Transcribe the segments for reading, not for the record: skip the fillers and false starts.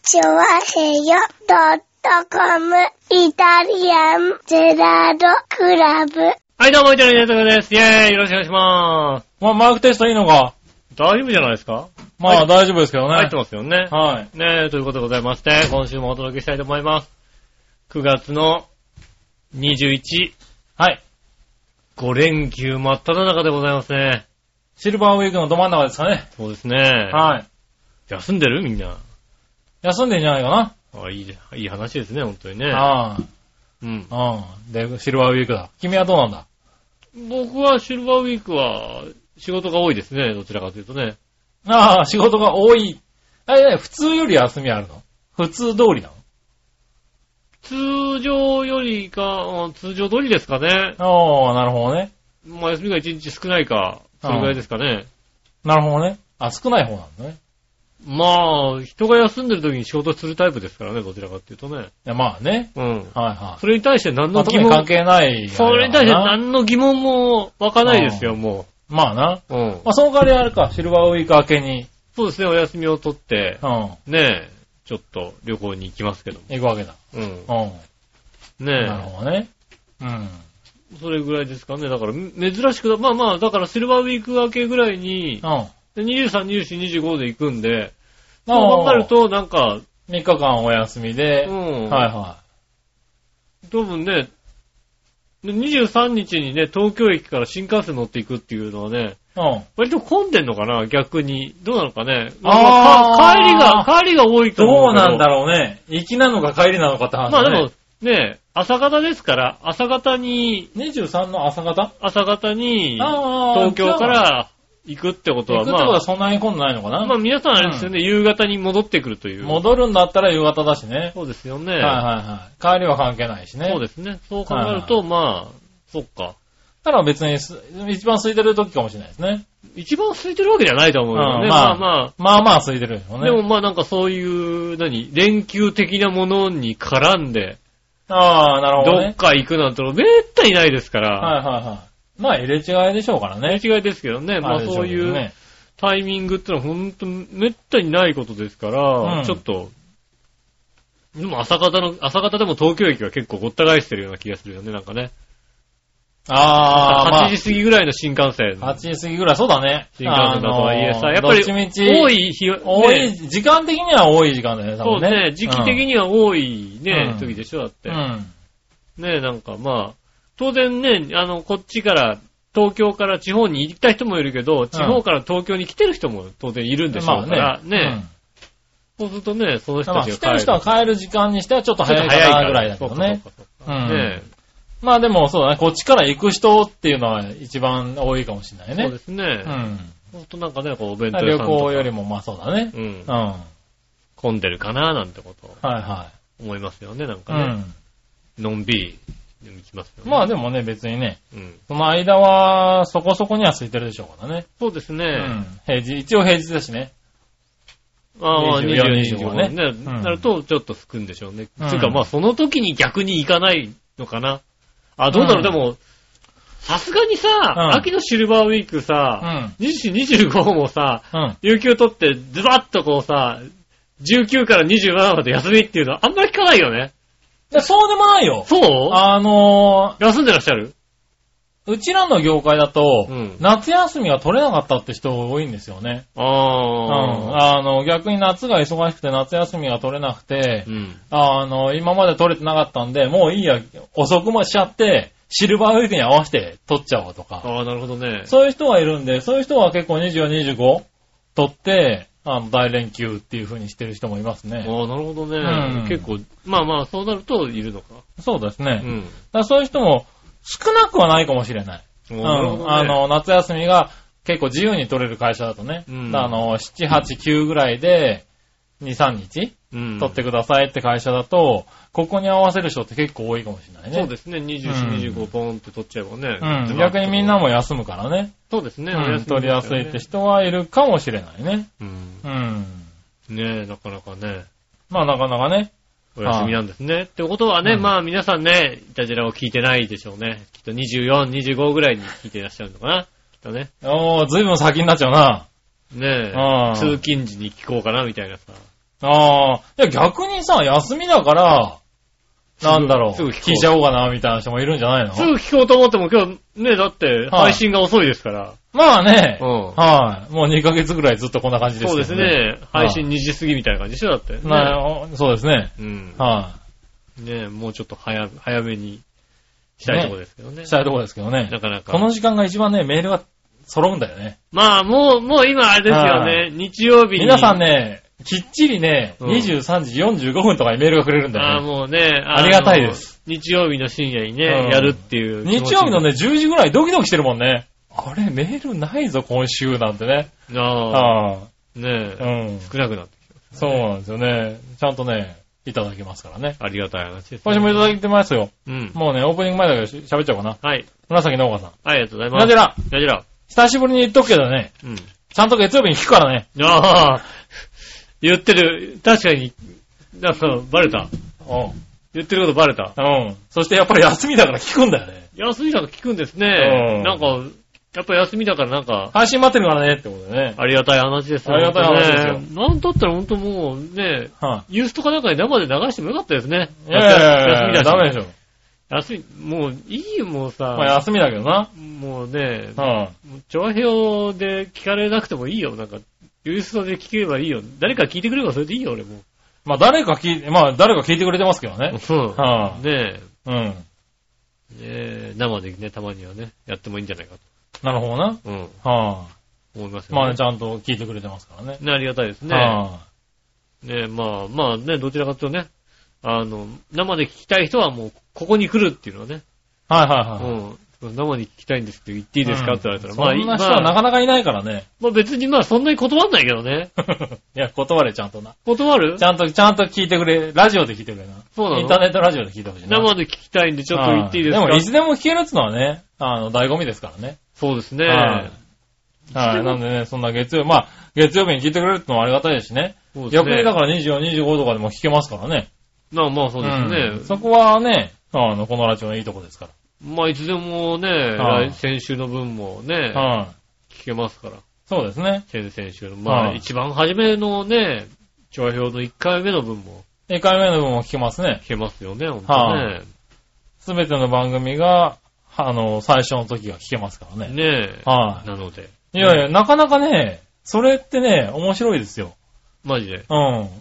チョワヘヨ.com イタリアンゼラードクラブ。 はい、どうも、イタリアンゼラードです。イェーイ、よろしくお願いしまーす。 マイクテストいいのか大丈夫じゃないですか？ 大丈夫ですけどね。 入ってますよね。 はい。 ねえ、ということでございまして、今週もお届けしたいと思います。9月の21。 はい。 5連休真っ只中でございますね。 シルバーウィークのど真ん中ですかね。 そうですね。 はい。 休んでるみんな。 休んでんじゃないかな。 いい話ですね、本当にね。 ああ。 うん。 で、シルバーウィークだ。君はどうなんだ？ 僕はシルバーウィークは仕事が多いですね、どちらかというとね。 ああ、仕事が多い。普通より休みあるの？普通通りなの？ 通常よりか、通常通りですかね。 ああ、なるほどね。 まあ休みが1日少ないか、それぐらいですかね。 なるほどね。少ない方なんだね。 まあ、人が休んでる時に仕事するタイプですからね、どちらかっていうとね。 いや、まあね。 うん。 はいはい。 それに対して何の疑問、 関係ない。 それに対して何の疑問も湧かないですよ、もう。まあな。 うん。 まあその代わりあるか、シルバーウィーク明けに。 そうですね、お休みを取って、 うん。 ねえ、ちょっと旅行に行きますけども。 行くわけだ。 うん。 うん。 ねえ。 なるほどね。うん。 それぐらいですかね。だから、珍しく、まあ、だからシルバーウィーク明けぐらいに、 うん。 23、24、25で行くんで、そう考えると、なんか、 3日間お休みで、 うん。 はいはい。 多分ね、23日にね、東京駅から新幹線乗っていくっていうのはね、 うん。 割と混んでんのかな、逆に。どうなのかね。帰りが多いと思う。 どうなんだろうね。行きなのか帰りなのかって話だね。 まあでも、ね、朝方ですから、朝方に、 23の朝方に、東京から行くってことは、 行くってことはそんなに混んでないのかな。 まあ皆さんあれですよね、夕方に戻ってくるという。 戻るんだったら夕方だしね。 そうですよね。 はいはいはい。帰りは関係ないしね。 そうですね。そう考えると、まあ、そっか。 ただ別に一番空いてる時かもしれないですね。 一番空いてるわけじゃないと思うよね。まあ空いてるよね。 でもまあなんかそういう、連休的なものに絡んで、 なるほどね。 どっか行くなんてめったにないですから。 はいはいはい。まあ入れ違いでしょうからね。 入れ違いですけどね。まあそういうタイミングってのは本当めったにないことですから、ちょっと、でも朝方でも東京駅は結構ごった返してるような気がするよね、なんかね。8時過ぎぐらいの新幹線。 8時過ぎぐらい、そうだね。 新幹線だとはいえさ、やっぱり多い日、 時間的には多い時間だよね、多分ね。 そうね、時期的には多いね、時でしょ、だって。ね、なんかまあ、当然ね、こっちから、東京から地方に行った人もいるけど、地方から東京に来てる人も当然いるんでしょうから、ね。そうするとね、その人たちが帰る。 来てる人は帰る時間にしてはちょっと早いかなぐらいだけどね。まあでもそうだね、こっちから行く人っていうのは一番多いかもしれないね。 そうですね。ほんとなんかね、こうお弁当屋さんとか。 旅行よりもまあそうだね。 混んでるかななんてことを。 はいはい。 思いますよね、なんかね。のんびり行きますよね。 まあでもね、別にね。その間はそこそこには空いてるでしょうからね。 そうですね。 一応平日だしね。 24、25ね。なるとちょっと吹くんでしょうね。つうかまあその時に逆に行かないのかな。どうだろう、でも、さすがにさ、秋のシルバーウィークさ、24、25もさ、有給取ってズバッとこうさ、19から27まで休みっていうのはあんまり聞かないよね。 そうでもないよ。 そう休んでらっしゃる？ うちらの業界だと、夏休みが取れなかったって人多いんですよね。逆に夏が忙しくて夏休みが取れなくて、今まで取れてなかったんで、もういいや、遅くもしちゃって、シルバーウィークに合わせて取っちゃおうとか。 なるほどね。 そういう人がいるんで、そういう人は結構24、25取って、大連休っていう風にしてる人もいますね。 なるほどね。結構、まあまあ、そうなるといるのか。 そうですね。そういう人も、少なくはないかもしれない。夏休みが結構自由に取れる会社だとね。7、8、9ぐらいで2、3日取ってくださいって会社だと、ここに合わせる人って結構多いかもしれないね。 そうですね。24、25ポンって取っちゃえばね。 逆にみんなも休むからね。 そうですね。 取りやすいって人はいるかもしれないね。 ねえ、なかなかね。 まあなかなかね。 お休みなんですね。ってことはね、まあ皆さんね、イタジラを聞いてないでしょうね。きっと24、25ぐらいに聞いていらっしゃるのかな。きっとね。 ずいぶん先になっちゃうな。 ねえ。通勤時に聞こうかな、みたいなさ。 ああ。いや逆にさ、休みだから、なんだろう。聞いちゃおうかな、みたいな人もいるんじゃないの？ すぐ聞こうと思っても今日、ね、だって配信が遅いですから。 まあね。はい。もう2ヶ月ぐらいずっとこんな感じですよね。 そうですね。配信2時過ぎみたいな感じでしょ、だって。 そうですね。 ね、もうちょっと早めにしたいところですけどね。 したいところですけどね。 なかなか。 この時間が一番ね、メールが揃うんだよね。 まあ、もう今あれですよね。日曜日に。 皆さんね、きっちりね、23時45分とかにメールがくれるんだよね。 もうね。 ありがたいです。 日曜日の深夜にね、やるっていう。 日曜日のね、10時ぐらいドキドキしてるもんね。あれ、メールないぞ、今週なんてね。 ねえ。少なくなってきます。 そうなんですよね。ちゃんとね、いただきますからね。 ありがたい話です。 今週もいただいてますよ。もうね、オープニング前だけど喋っちゃおうかな。 はい。 紫のおかさん。 ありがとうございます。 なじら。久しぶりに言っとくけどね。ちゃんと月曜日に聞くからね。 言ってる。確かに、なんか、バレた。言ってることバレた。 そしてやっぱり休みだから聞くんだよね。 休みだから聞くんですね。なんか、やっぱ休みだからなんか。 配信待ってるからねってことでね。 ありがたい話ですよ。 ありがたい話ですよ。 なんだったらほんともうね、ユースとかなんかで生で流してもよかったですね。 いや休みだし。ダメでしょ。 休み、もういいよもうさ。 まあ休みだけどな。 もうね、調和表で聞かれなくてもいいよ。なんか、ユーストで聞ければいいよ。誰か聞いてくれればそれでいいよ俺も。 まあ誰か聞いてくれてますけどね。 ねえ。生でね、たまにはね、やってもいいんじゃないかと。 なるほどな。 思いますよね。 まあね、ちゃんと聞いてくれてますからね。 ね、ありがたいですね。ねまあね、どちらかというとね、生で聞きたい人はもう、ここに来るっていうのはね。生に聞きたいんですって言っていいですかって言われたら、 まあ、そんな人はなかなかいないからね。 まあ別にそんなに断んないけどね。 いや、断れちゃんとな。 断る？ ちゃんと聞いてくれ、ラジオで聞いてくれな。 そうなの？ インターネットラジオで聞いてほしいな。 生で聞きたいんでちょっと言っていいですか？ でもいつでも聞けるってのはね、醍醐味ですからね。 そうですね。 なんでね、そんな月曜日に聞いてくれるってのはありがたいですしね。逆にだから24、25とかでも聞けますからね。 まあそうですね。 そこはね、このラジオのいいとこですから。 まあ、いつでもね、先週の分もね、聞けますから。 そうですね。 先々週の。まあ、一番初めのね、調和表の1回目の分も。 1回目の分も聞けますね。 聞けますよね、ほんとね。 すべての番組が、最初の時が聞けますからね。 ねえ。なので。 いやいや、なかなかね、それってね、面白いですよ。 マジで。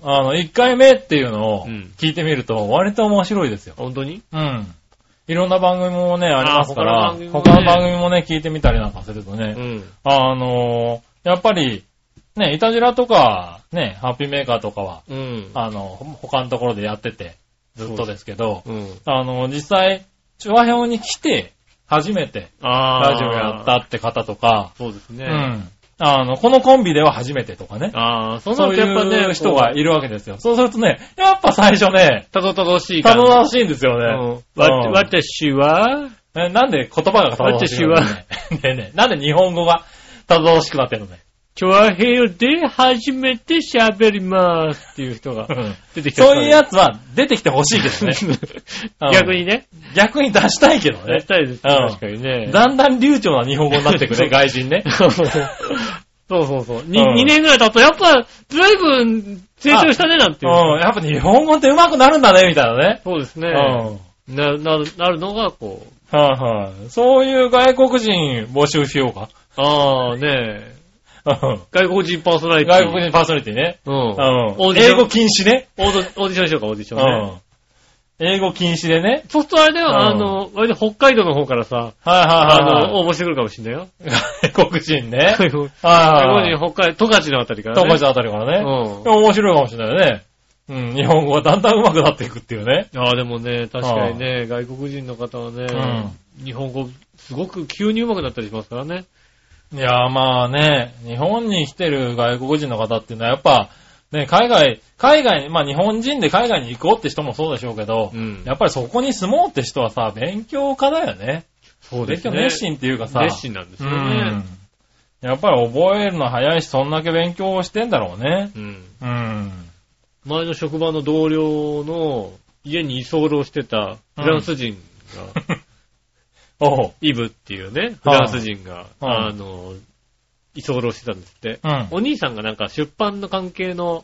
1回目っていうのを聞いてみると、割と面白いですよ。 本当に？ いろんな番組もね、ありますから、他の番組もね、聞いてみたりなんかするとね、やっぱり、ね、イタジラとか、ね、ハッピーメーカーとかは、他のところでやってて、ずっとですけど、実際、チュア表に来て、初めて、ラジオやったって方とか、 そうですね。 このコンビでは初めてとかね。そういう人がいるわけですよ。そうするとね、やっぱ最初ね、 たどたどしいたどたどしいんですよね。 私はなんで言葉がたどたどしいのねえねえ、なんで日本語がたどたどしくなってるのね。 チョアヘヨで初めて喋りますっていう人が出てきた。 そういうやつは出てきてほしいけどね。 逆にね。 逆に出したいけどね。 出したいです。確かにね。 だんだん流暢な日本語になってくね、外人ね。 そう。2年ぐらい経つと、やっぱ、ずいぶん成長したね、なんていう。 やっぱ日本語って上手くなるんだね、みたいなね。 そうですね。なるのが、こう。そういう外国人募集しようか。 ねえ。外国人パーソナリティ。 外国人パーソナリティね。英語禁止ね。 オーディションしようか、オーディションね。 英語禁止でね。 そうするとあれだよ、割と北海道の方からさ、応募してくるかもしんないよ。 外国人ね。 外国人、北海道、十勝のあたりからね。 十勝のあたりからね。面白いかもしれないね。日本語がだんだん上手くなっていくっていうね。 でもね、確かにね、外国人の方はね、日本語、すごく急に上手くなったりしますからね。 いや、まあね、日本に来てる外国人の方っていうのはやっぱ、ね、海外に、まあ日本人で海外に行こうって人もそうでしょうけど、やっぱりそこに住もうって人はさ、勉強家だよね。 そうですね。 勉強熱心っていうかさ。 熱心なんですよね。 やっぱり覚えるの早いし、そんだけ勉強をしてんだろうね。 前の職場の同僚の家に居候してたフランス人が、イブっていうね、フランス人が、居候してたんですって。お兄さんがなんか出版の関係の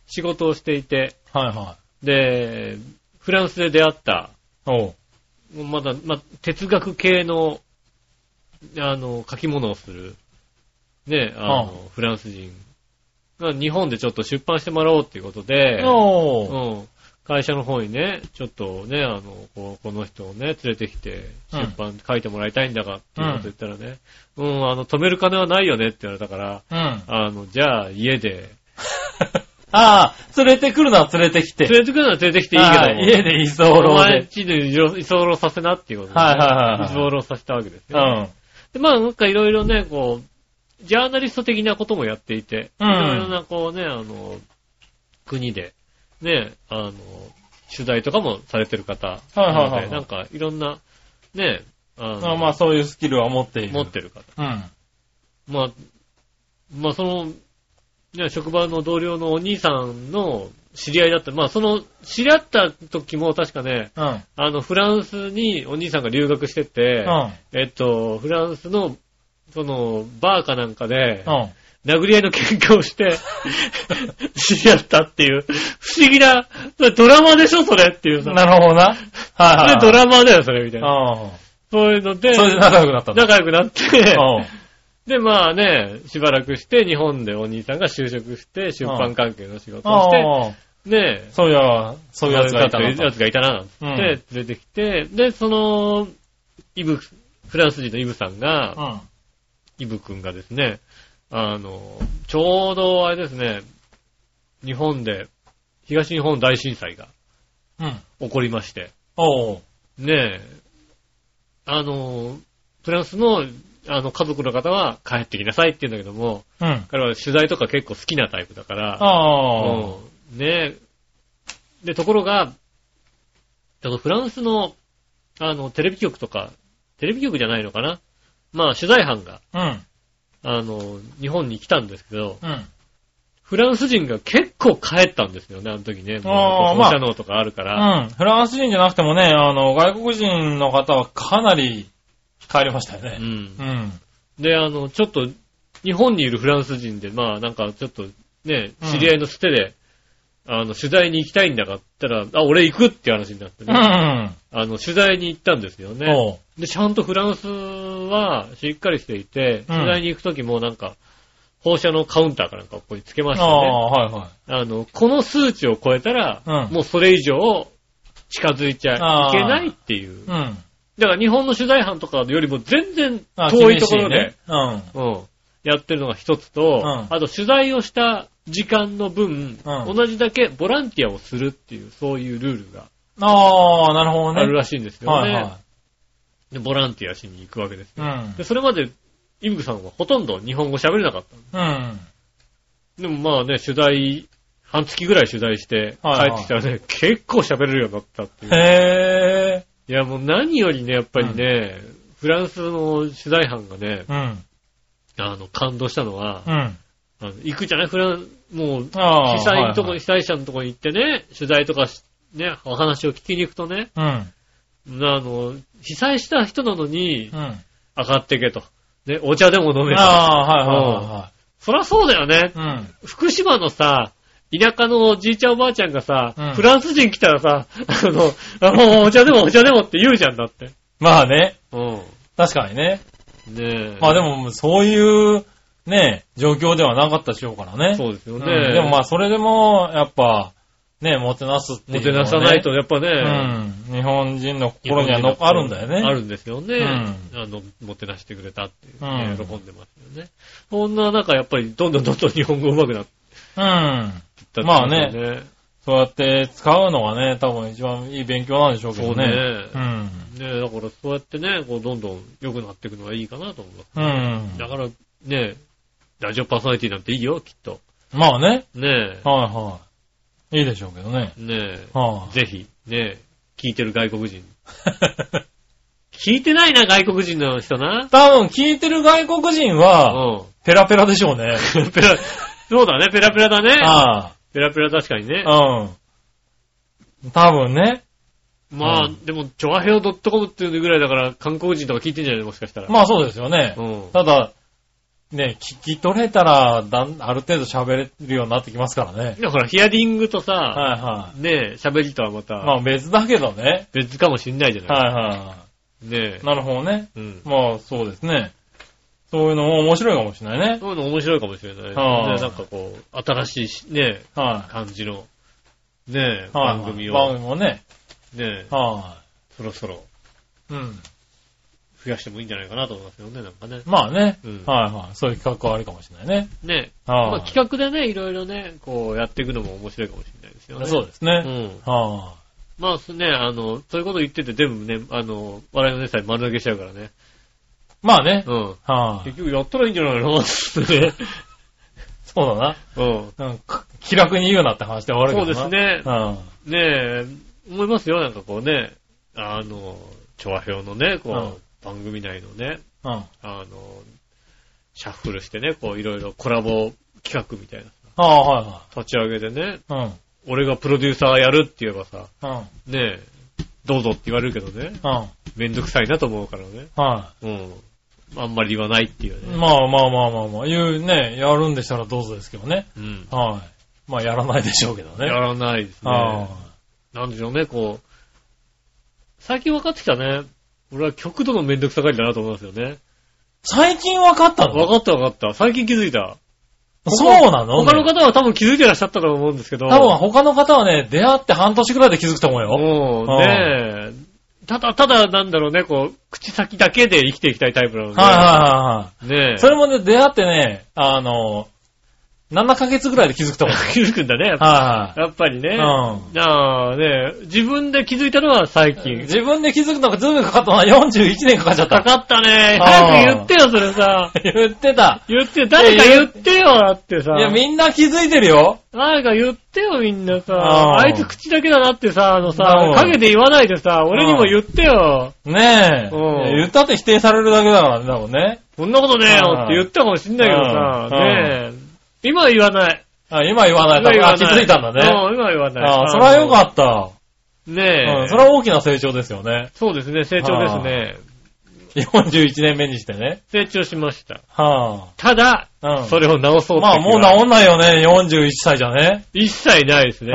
仕事をしていて、 はいはい。 で、フランスで出会った、哲学系の、書き物をする、ね、フランス人が日本でちょっと出版してもらおうっていうことで、会社の方にね、ちょっとね、この人をね、連れてきて、出版書いてもらいたいんだが、っていうこと言ったらね、止める金はないよねって言われたから、じゃあ家で、 連れてくるのは連れてきて。 連れてくるのは連れてきていいけど、 家で居候で。 お前んちで居候させなっていうことで、居候させたわけですよ。で、なんかいろいろね、こう、ジャーナリスト的なこともやっていて、いろいろなこうね、国で、ね、取材とかもされてる方なので、なんかいろんな、ね、 そういうスキルは持っている。 持ってる方。その、ね、職場の同僚のお兄さんの知り合いだった。知り合った時も確かね、フランスにお兄さんが留学してて、フランスの、バーかなんかで、殴り合いの喧嘩をして、知り合ったっていう、不思議な、ドラマでしょそれっていうさ。 なるほどな。 ドラマだよ、それ、みたいな。そういうので、 それで仲良くなったんだ。 仲良くなって、で、しばらくして、日本でお兄さんが就職して、出版関係の仕事をして、 そういうやつがいたな。 やつがいたな、なんて連れてきて、で、フランス人のイブさんが、イブ君がですね、ちょうどあれですね、日本で、東日本大震災が、起こりまして、ねえ、フランスの、家族の方は帰ってきなさいって言うんだけども、彼は取材とか結構好きなタイプだから、ねえ、で、ところが、フランスの、テレビ局とか、テレビ局じゃないのかな、取材班が、日本に来たんですけど、フランス人が結構帰ったんですよね、あの時ね。放射能とかあるから。 フランス人じゃなくてもね、外国人の方はかなり帰りましたよね。 で、ちょっと、日本にいるフランス人で、なんかちょっとね、知り合いのつてで、取材に行きたいんだがって言ったら、俺行くって話になってね。取材に行ったんですよね。で、ちゃんとフランスはしっかりしていて、取材に行くときもなんか、放射能カウンターかなんかここにつけましたね。この数値を超えたら、もうそれ以上近づいちゃいけないっていう。だから日本の取材班とかよりも全然遠いところで、やってるのが一つと、あと取材をした時間の分、同じだけボランティアをするっていう、そういうルールが。 なるほどね。 あるらしいんですよね。で、ボランティアしに行くわけですよ。で、それまで、イブクさんはほとんど日本語喋れなかった。でも取材、半月ぐらい取材して帰ってきたらね、結構喋れるようになったっていう。いや、もう何よりね、やっぱりね、フランスの取材班がね、感動したのは、行くじゃないもう、被災者のとこに行ってね、取材とかね、お話を聞きに行くとね、被災した人なのに、上がってけと。ね、お茶でも飲めと。そりゃそうだよね。福島のさ、田舎のおじいちゃんおばあちゃんがさ、フランス人来たらさ、お茶でもって言うじゃんだって。 確かにね。 ねでも、そういう、ね、状況ではなかったでしょうからね。 そうですよね。 でもそれでも、やっぱ、ね、もてなすっていう、 もてなさないと、やっぱね、 日本人の心にはあるんだよね。 あるんですよね。もてなしてくれたっていう、喜んでますよね。そんな中、やっぱり、どんどん日本語上手くなって。そうやって使うのがね、多分一番いい勉強なんでしょうけどね。ね、だからそうやってね、こうどんどん良くなっていくのがいいかなと思います。だからね、ラジオパーソナリティなんていいよ、きっと。 いいでしょうけどね。 ぜひ、ね、聞いてる外国人。聞いてないな、外国人の人な。 多分聞いてる外国人は、ペラペラでしょうね。 そうだね、ペラペラだね。ペラペラ確かにね。 多分ね。 でも、チョアヘオ .com っていうぐらいだから、韓国人とか聞いてんじゃないのもしかしたら。 そうですよね。ただ、 ね、聞き取れたら、ある程度喋れるようになってきますからね。 いや、ほら、ヒアリングとさ、 はいはい。 ね、喋りとはまた。 まあ別だけどね。 別かもしんないじゃないはいはい。 ねなるほどね。うん。まあそうですね。そういうのも面白いかもしれないね。 そういうの面白いかもしれない。ね、なんかこう、新しいね、感じの、ね、番組を。 番組もね。 ね、そろそろ、増やしてもいいんじゃないかなと思いますよね、なんかね。 まあね。はいはい。そういう企画はありかもしれないね。 ね。まあ企画でね、いろいろね、こうやっていくのも面白いかもしれないですよね。 そうですね。 まあね、そういうこと言ってて全部ね、笑いのネタに丸投げしちゃうからね。 まあね。 結局やったらいいんじゃないのってね。 そうだな。気楽に言うなって話で終わるけどな。 そうですね。ねえ、思いますよ、なんかこうね、調和表のね、こう、番組内のね、シャッフルしてね、こういろいろコラボ企画みたいな。立ち上げてね、俺がプロデューサーやるって言えばさ、ねえ、どうぞって言われるけどね、めんどくさいなと思うからね。あんまり言わないっていうね。 まあ、言うね、やるんでしたらどうぞですけどね。まあ、やらないでしょうけどね。 やらないですね。なんでしょうね、こう、最近分かってきたね。俺は極度のめんどくさがりだなと思いますよね。 最近分かったの？ 分かった。最近気づいた。 そうなの？ 他の方は多分気づいてらっしゃったと思うんですけど。 多分他の方はね、出会って半年くらいで気づくと思うよ。 ねえ。ただなんだろうね、こう、口先だけで生きていきたいタイプなので。 ねえ。それもね、出会ってね、7ヶ月ぐらいで気づくと思う。 気づくんだね、やっぱりね。自分で気づいたのは最近。 自分で気づくのがずいぶんかかったのは41年かかっちゃった。 かかったね。早く言ってよ、それさ。 言ってた。 誰か言ってよ、だってさ。 いや、みんな気づいてるよ。 誰か言ってよ、みんなさ。あいつ口だけだなってさ、影で言わないでさ、俺にも言ってよ。 ねえ。言ったって否定されるだけだからね、多分ね。 そんなことねえよって言ったかもしんないけどさ、ねえ。今は言わない。 今言わない。気づいたんだね。 今は言わない。 それはよかった。 ねえ。 それは大きな成長ですよね。 そうですね、成長ですね。 41年目にしてね。 成長しました。ただ、それを直そうって。 まあもう直んないよね、41歳じゃね。 一切ないですね。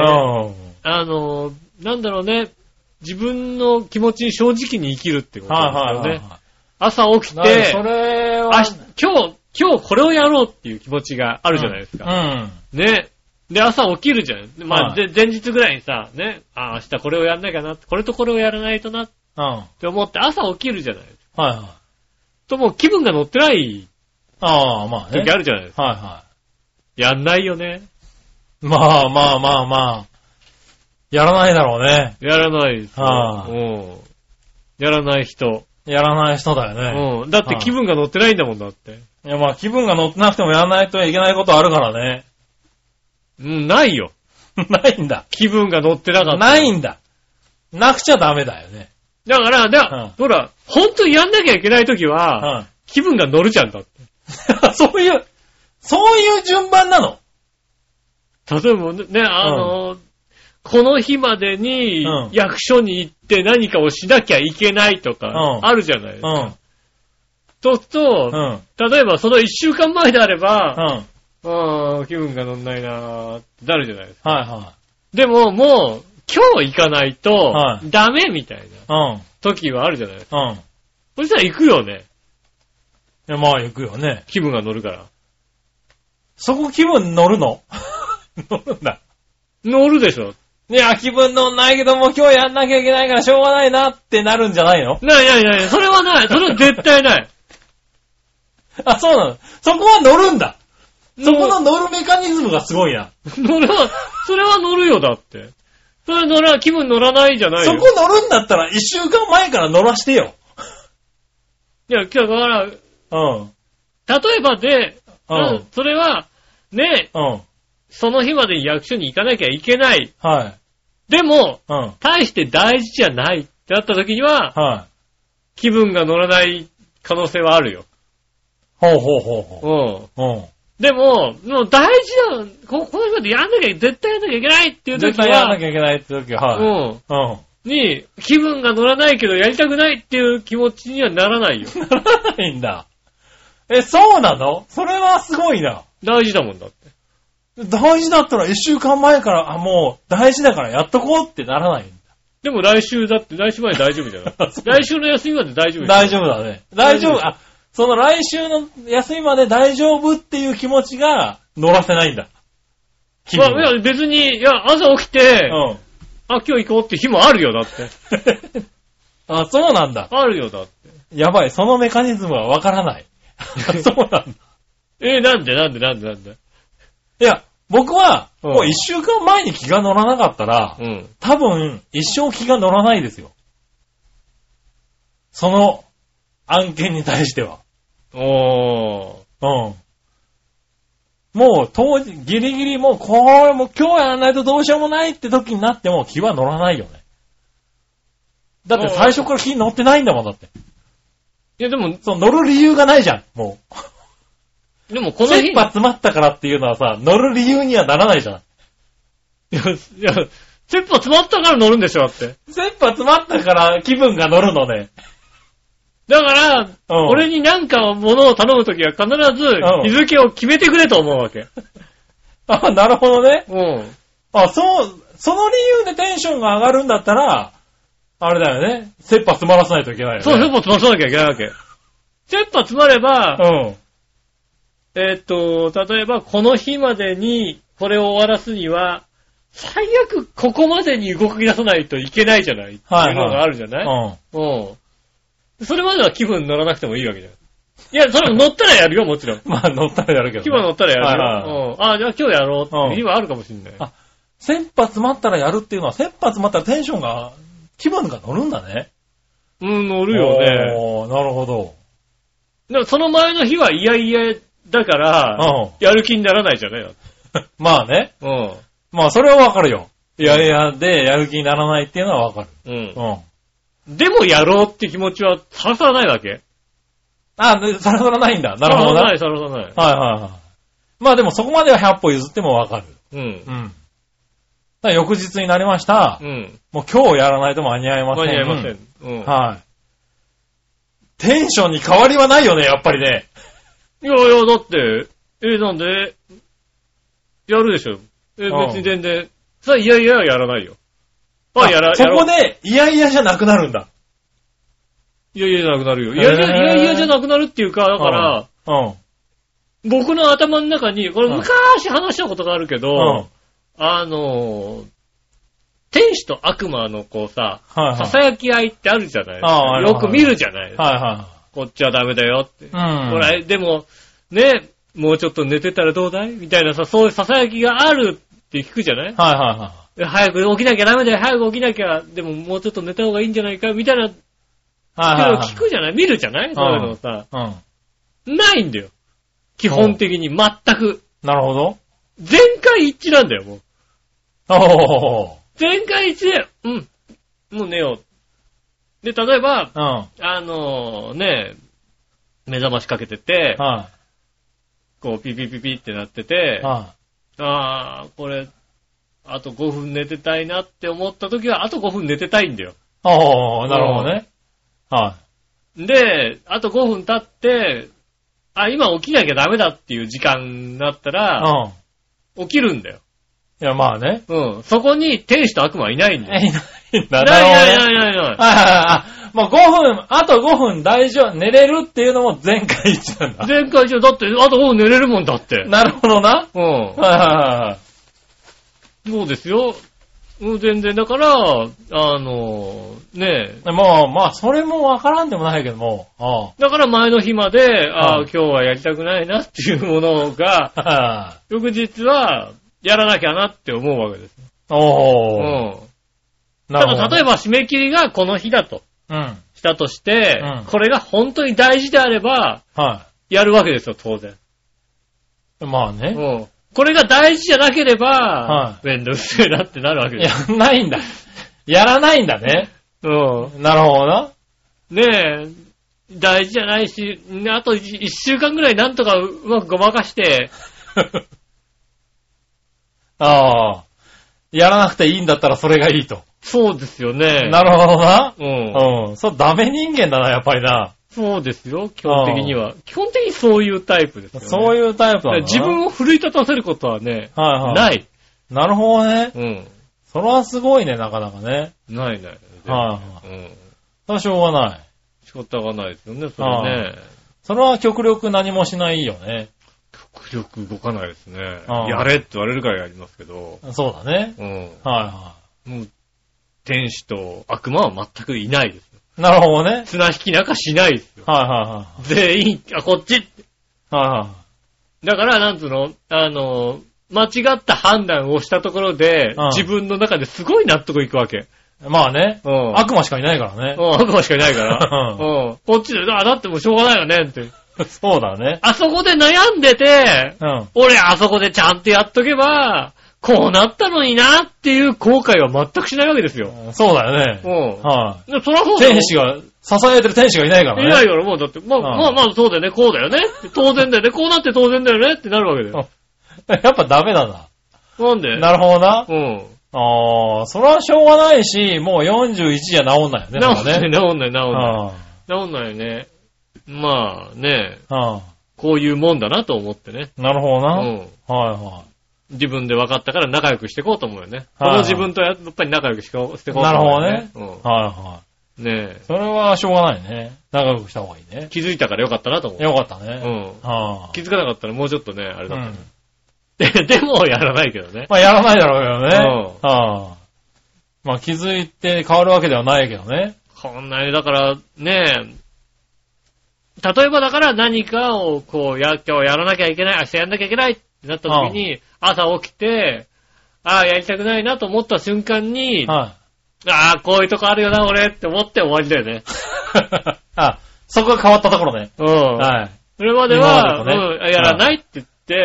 なんだろうね、自分の気持ちに正直に生きるってことですよね。朝起きて、 それは今日これをやろうっていう気持ちがあるじゃないですか。ね。で、朝起きるじゃん。まあ、前日ぐらいにさ、ね、明日これをやんなきゃな、これとこれをやらないとな、って思って朝起きるじゃないですか。ともう気分が乗ってないまあね。 時あるじゃないですか。やんないよね。 まあ。やらないだろうね。 やらないです。やらない人。 やらない人だよね。だって気分が乗ってないんだもんだって。 いやまあ気分が乗ってなくてもやらないといけないことあるからね。 ないよ。 ないんだ。 気分が乗ってなかった。 ないんだ。なくちゃダメだよね。 だから、ほら、本当にやんなきゃいけないときは、気分が乗るじゃんだって。 そういう順番なの？ 例えばね、この日までに役所に行って何かをしなきゃいけないとか、あるじゃないですか。そうすると、例えばその1週間前であれば、気分が乗んないなーってなるじゃないですか。でももう、今日行かないと、ダメみたいな時はあるじゃないですか。そしたら行くよね。 いや、まあ行くよね。 気分が乗るから。 そこ気分乗るの？乗るんだ。 乗るでしょ。 いや、気分乗んないけども今日やんなきゃいけないからしょうがないなってなるんじゃないの？ ない、それはない。それは絶対ない。 そうなの。そこは乗るんだ。そこの乗るメカニズムがすごいな。 それは乗るよ、だって。それ気分乗らないじゃないよ。 そこ乗るんだったら一週間前から乗らしてよ。 いや、だから、例えばで、それは、ね、その日までに役所に行かなきゃいけない。でも、大して大事じゃないってなった時には、気分が乗らない可能性はあるよ。でも、もう大事な、この日まで絶対やんなきゃいけないっていう時は、 絶対やんなきゃいけないって時は、 に、気分が乗らないけどやりたくないっていう気持ちにはならないよ。 ならないんだ。 そうなの？それはすごいな。 大事だもんだって。 大事だったら1週間前から、もう大事だからやっとこうってならないんだ。 でも来週まで大丈夫じゃない来週の休みまで大丈夫大丈夫だね。大丈夫。その来週の休みまで大丈夫っていう気持ちが乗らせないんだ。 いや、別に、朝起きて、今日行こうって日もあるよ、だって。 そうなんだ。 あるよ、だって。 やばい、そのメカニズムはわからない。そうなんだ。 なんでいや、僕は、もう1週間前に気が乗らなかったら、多分、一生気が乗らないですよ。その案件に対しては。もう、ギリギリもう、これもう今日やらないとどうしようもないって時になっても気は乗らないよね。だって最初から気に乗ってないんだもん、だって。 いやでも、 乗る理由がないじゃん、もう。 でもこの日。 切羽詰まったからっていうのはさ、乗る理由にはならないじゃん。 いや、切羽詰まったから乗るんでしょ、だって。 切羽詰まったから気分が乗るのね。 だから、俺になんか物を頼むときは必ず日付を決めてくれと思うわけ。 なるほどね。その理由でテンションが上がるんだったら、あれだよね。切羽詰まらせないといけないよね。 そう、切羽詰まらせなきゃいけないわけ。切羽詰まれば、例えばこの日までにこれを終わらすには、最悪ここまでに動き出さないといけないじゃないっていうのがあるじゃない？それまでは気分乗らなくてもいいわけじゃん。いや、それ乗ったらやるよ、もちろん。 まあ乗ったらやるけど、ね。 気分乗ったらやるよ。じゃあ今日やろうって日はあるかもしんない。 切羽詰まったらやるっていうのは、切羽詰まったらテンションが、気分が乗るんだね。 乗るよね。 なるほど。 でもその前の日は嫌々だから、やる気にならないじゃないまあね。まあそれはわかるよ。でやる気にならないっていうのはわかる。 でもやろうって気持ちはさらさらないわけ？ さらさらないんだ。なるほどな。 さらさらない。 はい。まあでもそこまでは100歩譲ってもわかる。翌日になりました。もう今日やらないと間に合いません。 間に合いません。 はい。テンションに変わりはないよね、やっぱりね。 いや、だって、なんで、やるでしょ。別に全然、さあ、いやはやらないよ。 そこで、いやじゃなくなるんだ。 いやじゃなくなるよ。いやじゃなくなるっていうか、だから、僕の頭の中に、これ昔話したことがあるけど、天使と悪魔のこうさ、囁き合いってあるじゃない。よく見るじゃない。こっちはダメだよって。ほら、でも、ね、もうちょっと寝てたらどうだいみたいなさ、そういう囁きがあるって聞くじゃない。早く起きなきゃダメだよ、早く起きなきゃ、でももうちょっと寝た方がいいんじゃないかみたいな、聞くじゃない、見るじゃない、そういうのさ。ないんだよ。基本的に全く。 なるほど。 全会一致なんだよ、もう。全会一致で、もう寝よう。で、例えば、目覚ましかけてて、こう、ピピピピってなってて、これ、あと5分寝てたいなって思った時は、あと5分寝てたいんだよ。 なるほどね。 で、あと5分経って、今起きなきゃダメだっていう時間になったら、起きるんだよ。 いや、まあね。 そこに天使と悪魔はいないんだよ。 いないんだ。 ない。 まああと5分大丈夫、寝れるっていうのも全会一致なんだ。 全会一致だって、あと5分寝れるもんだって。 なるほどな。 そうですよ。全然、だから、 まあ、それもわからんでもないけども。 だから前の日まで、今日はやりたくないなっていうものが、翌日は、やらなきゃなって思うわけです。ただ、例えば締め切りがこの日だと。したとして、これが本当に大事であれば、やるわけですよ、当然。 まあね。 これが大事じゃなければ、めんどくせえなってなるわけです。 やんないんだ。やらないんだね。なるほどな。 ねえ、大事じゃないし、あと1週間ぐらいなんとかうまくごまかして。 やらなくていいんだったらそれがいいと。 そうですよね。 なるほどな。そう、ダメ人間だな、やっぱりな。 そうですよ、基本的には。基本的にそういうタイプですよね。 そういうタイプなんだな。 自分を奮い立たせることはね、 はいはい、 ない。 なるほどね。 うん。 それはすごいね、なかなかね。 ない。 はいはい。うん。それはしょうがない。 仕方がないですよね、それね。 それは極力何もしないよね。 極力動かないですね。やれって言われるからやりますけど。 そうだね。 うん。 はいはい。 もう、天使と悪魔は全くいないですよ。 なるほどね。 綱引きなんかしないですよ。 はいはいはい。 全員、こっちって。 はいはい。 だから、なんつうの、間違った判断をしたところで、自分の中ですごい納得いくわけ。 まあね。 うん。 悪魔しかいないからね。 悪魔しかいないから。うん。こっちで、だってもうしょうがないよねって。 そうだね。 あそこで悩んでて、俺あそこでちゃんとやっとけば、こうなったのになっていう後悔は全くしないわけですよ。 そうだよね。 はい。そりゃそうだよ。 天使が、支えてる天使がいないからね。 いないからもうだって、まあそうだよね、こうだよね。当然だよね、こうなって当然だよねってなるわけだよ。 やっぱダメなんだ。 なんで？ なるほどな。 うん。 それはしょうがないし、もう41じゃ治んないよね。 治んないよね。まあね、こういうもんだなと思ってね。 なるほどな。はいはい。 自分で分かったから仲良くしていこうと思うよね。この自分とやっぱり仲良くしていこうと思うよね。 なるほどね。はいはい。 ねえ。 それはしょうがないね。仲良くした方がいいね。 気づいたからよかったなと思う。 よかったね。 気づかなかったらもうちょっとね、あれだったね。でもやらないけどね。 まあやらないだろうけどね。まあ気づいて変わるわけではないけどね。 こんなにだからね、例えばだから何かをこう今日やらなきゃいけない、明日やんなきゃいけないってなった時に、朝起きて、やりたくないなと思った瞬間に、こういうとこあるよな俺って思って終わりだよね。 そこが変わったところね。 はい。それまでは、やらないって言って、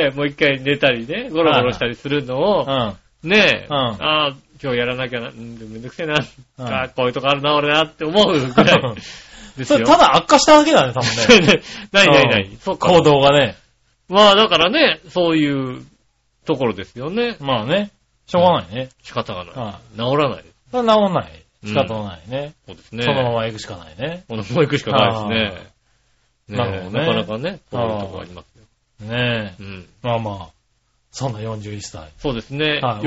もう一回寝たりね、ゴロゴロしたりするのを、ねえ、今日やらなきゃな、めんどくせえな、こういうとこあるな俺なって思うぐらい。 それただ悪化しただけだね、多分ね。 ない。 そうか。行動がね。 まあだからね、そういうところですよね。 まあね。しょうがないね。 仕方がない。治らない。 それは治らない。仕方がないね。 そうですね。 そのまま行くしかないね。 そのまま行くしかないですね。なるほどね。なかなかね、そういうとこありますよ。ねえ。まあまあ。そんな41歳。 そうですね。 もう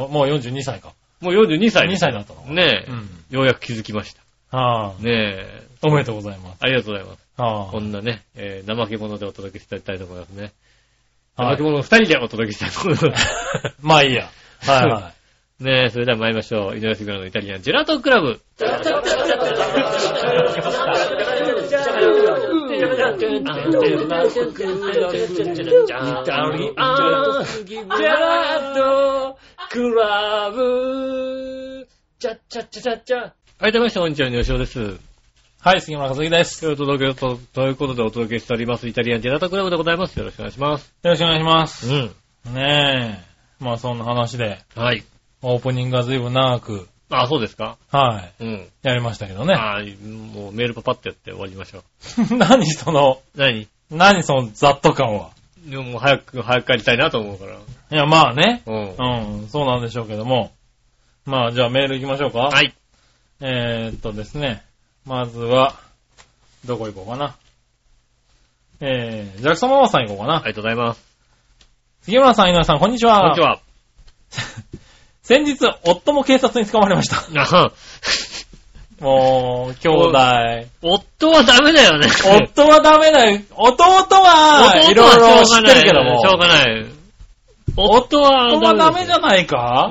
42歳か。 もう42歳。 2歳になったの。 ねえ。ようやく気づきました。ねえ。 おめでとうございます。 ありがとうございます。こんなね、怠け者でお届けしたいと思いますね。怠け者2人でお届けしたいと思います。 まあいいや。はいはい。 ねえ、それでは参りましょう。井上杉村のイタリアンジェラートクラブ。はい、どうもみなさん、こんにちは、吉尾です。 はい、杉村和樹です。 ということでお届けしております、イタリアンジェラートクラブでございます。よろしくお願いします。 よろしくお願いします。ねえ。まあそんな話で。 はい。 オープニングが随分長く。 そうですか。 はい。やりましたけどね。 もうメールパパってやって終わりましょう。何そのざっと感は。 でも早く帰りたいなと思うから。 いや、まあね。そうなんでしょうけども。まあじゃあメール行きましょうか。 はい。 ですね。まずは、どこ行こうかな。ジャクソンママさん行こうかな。 ありがとうございます。 杉村さん、井上さん、こんにちは。 こんにちは。 先日、夫も警察に捕まりました。もう、兄弟。 夫はダメだよね。 夫はダメだよ。弟はいろいろ知ってるけども。 しょうがない。 夫はダメじゃないか？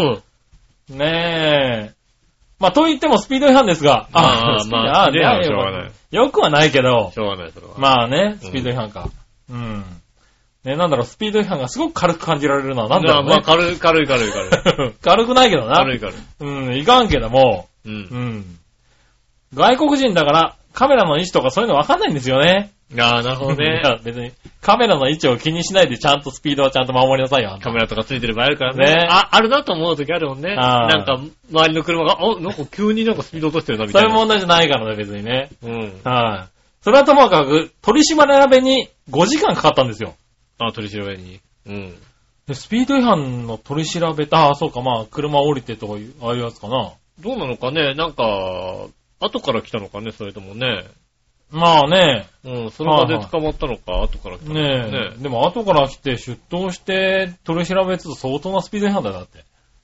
ねえ。まあ、と言ってもスピード違反ですが。 まあ、しょうがない。 よくはないけど。 しょうがない、それは。 まあね、スピード違反か。ね、なんだろう、スピード違反がすごく軽く感じられるのはなんだろうね。 まあ、軽い。軽くないけどな。 軽い。 いかんけども。外国人だから、カメラの位置とかそういうのわかんないんですよね。 なるほどね。 別に、カメラの位置を気にしないでちゃんとスピードはちゃんと守りなさいよ。 カメラとかついてる場合あるからね。あるなと思う時あるもんね。なんか、周りの車が、なんか急になんかスピード落としてるなみたいな。 そういう問題じゃないからね、別にね。はい。それはともかく、取り締まべに5時間かかったんですよ。 取り調べに。 スピード違反の取り調べ、そうか、まあ、車降りてとかいう、ああいうやつかな。 どうなのかね、なんか、後から来たのかね、それともね。 まあね。 その場で捕まったのか、後から来たのかねえ。でも後から来て出頭して取り調べすると相当なスピード違反だよ、だって。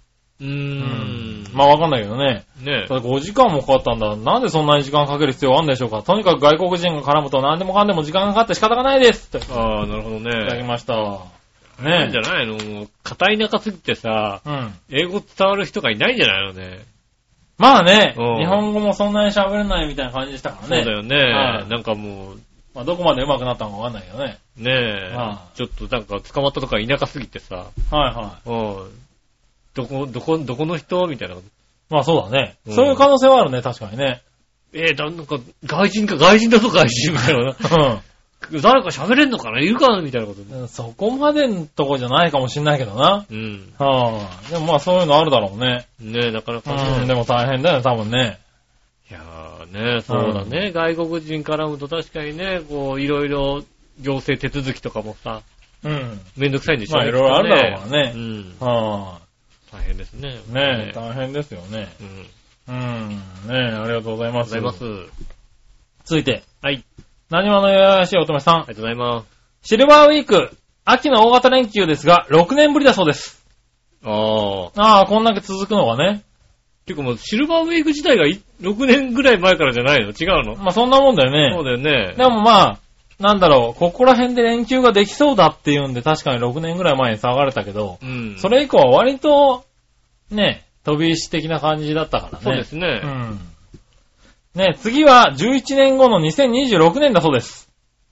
まあわかんないけどね。 ねえ。 ただ5時間もかかったんだ。なんでそんなに時間かける必要あるんでしょうか。とにかく外国人が絡むと何でもかんでも時間がかかって仕方がないですって。 ああ、なるほどね。 いただきました。ねえ。 なんじゃないの？片田舎すぎてさ、英語伝わる人がいないんじゃないのね。 まあね、日本語もそんなに喋れないみたいな感じでしたからね。 そうだよね。なんかもう、 まあどこまで上手くなったのかわかんないけどね。 ねえ。ちょっとなんか捕まったとか田舎すぎてさ。 はいはい。 どこの人みたいな。 まあそうだね。そういう可能性はあるね、確かにね。 なんか、外人だぞ、外人みたいな。誰か喋れんのかないるかなみたいなこと。 そこまでのとこじゃないかもしんないけどな。でもまあそういうのあるだろうね。 ねえ、なかなかね。 でも大変だよね、多分ね。 いやーね、そうだね。外国人絡むと確かにね、こう、いろいろ行政手続きとかもさ、めんどくさいんでしょうね。 まあいろいろあるだろうからね。 大変ですね。 ねえ、大変ですよね。ねえ、ありがとうございます。 ありがとうございます。 続いて。 はい。 何話のよやしい乙女さん。 ありがとうございます。 シルバーウィーク、秋の大型連休ですが、6年ぶりだそうです。こんだけ続くのがね。 てかもう、シルバーウィーク自体が6年ぐらい前からじゃないの？違うの？ まあそんなもんだよね。 そうだよね。 でもまあ、なんだろう、ここら辺で連休ができそうだっていうんで、確かに6年ぐらい前に騒がれたけど、それ以降は割と、ね、飛び石的な感じだったからね。 そうですね。 ね、次は11年後の2026年だそうです。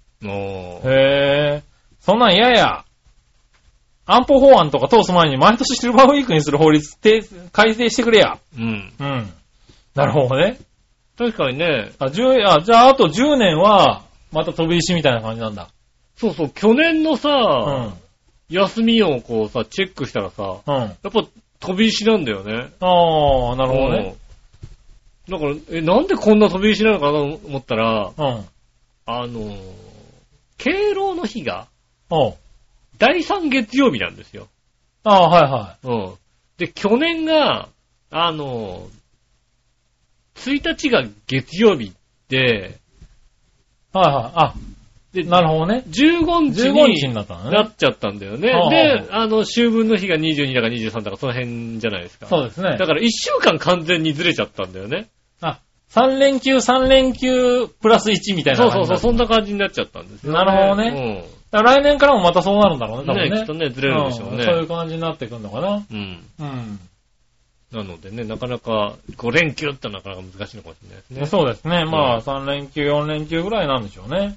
へー。そんなん嫌や。安保法案とか通す前に毎年シルバーウィークにする法律改正してくれや。なるほどね。 確かにね。 じゃああと10年は、また飛び石みたいな感じなんだ。 そうそう、去年のさ、休みをこうさ、チェックしたらさ、やっぱ飛び石なんだよね。 なるほどね。 だから、なんでこんな飛び石なのかなと思ったら、敬老の日が、第3月曜日なんですよ。 はいはい。 で、去年が、1日が月曜日で、 で、なるほどね。 15日になっちゃったんだよね。で、秋分の日が22だか23だかその辺じゃないですか。 そうですね。 だから1週間完全にずれちゃったんだよね。 3連休プラス1みたいな感じ。 そう、そんな感じになっっちゃったんですよね。 なるほどね。来年からもまたそうなるんだろうね、多分ね。 きっとね、ずれるでしょうね。 そういう感じになってくるのかな。 なのでね、なかなか、5連休ってなかなか難しいのかもしれないですね。 そうですね。まあ、3連休、4連休ぐらいなんでしょうね。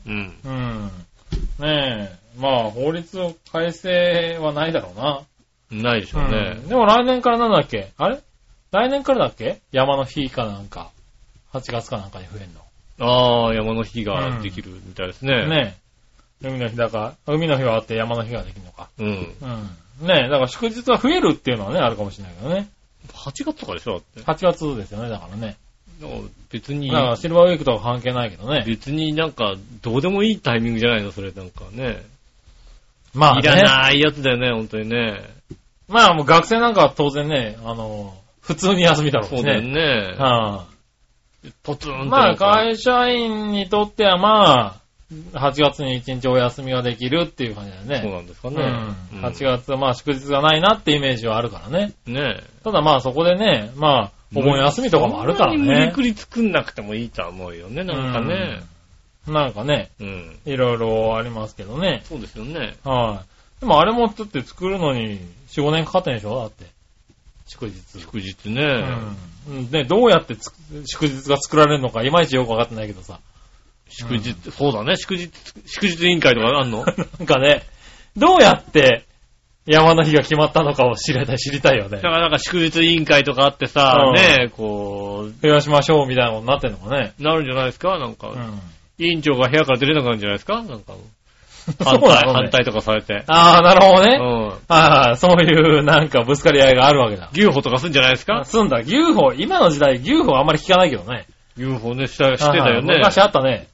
ねえ。まあ、法律改正はないだろうな。 ないでしょうね。 でも来年からなんだっけ？あれ？来年からだっけ？山の日かなんか。8月かなんかに増えんの。 山の日ができるみたいですね。 ねえ。海の日だから、海の日はあって山の日ができるのか。ねえ、だから祝日は増えるっていうのはね、あるかもしれないけどね。 8月とかでしょだって。 8月ですよね、だからね。 別に。 だからシルバーウィークとか関係ないけどね。 別になんか、どうでもいいタイミングじゃないのそれなんかね。 まあね。 いらないやつだよね、本当にね。 まあもう学生なんかは当然ね、普通に休みだろうしね。 そうだよね。ポツンと。 まあ会社員にとってはまあ、8月に1日お休みができるっていう感じだよね。 そうなんですかね。 8月はまあ祝日がないなってイメージはあるからね。 ねえ。 ただまあそこでね、まあ、お盆休みとかもあるからね。 無理くり作んなくてもいいとは思うよね、なんかね。 なんかね、いろいろありますけどね。 そうですよね。 でもあれもだって作るのに4、5年かかってんでしょだって。祝日ね。 で、どうやって祝日が作られるのかいまいちよくわかってないけどさ。 そうだね。祝日委員会とかあんのなんかね、どうやって山の日が決まったのかを知りたいよね。 だからなんか祝日委員会とかあってさ、ね、こう。 増やしましょうみたいなことになってんのかね。 なるんじゃないですかなんか。委員長が部屋から出れなくなるんじゃないですかなんか。反対とかされて。 なるほどね。そういうなんかぶつかり合いがあるわけだ。 牛歩とかすんじゃないですかすんだ。牛歩、今の時代牛歩あんまり聞かないけどね。 牛歩ね、してたよね。 昔あったね。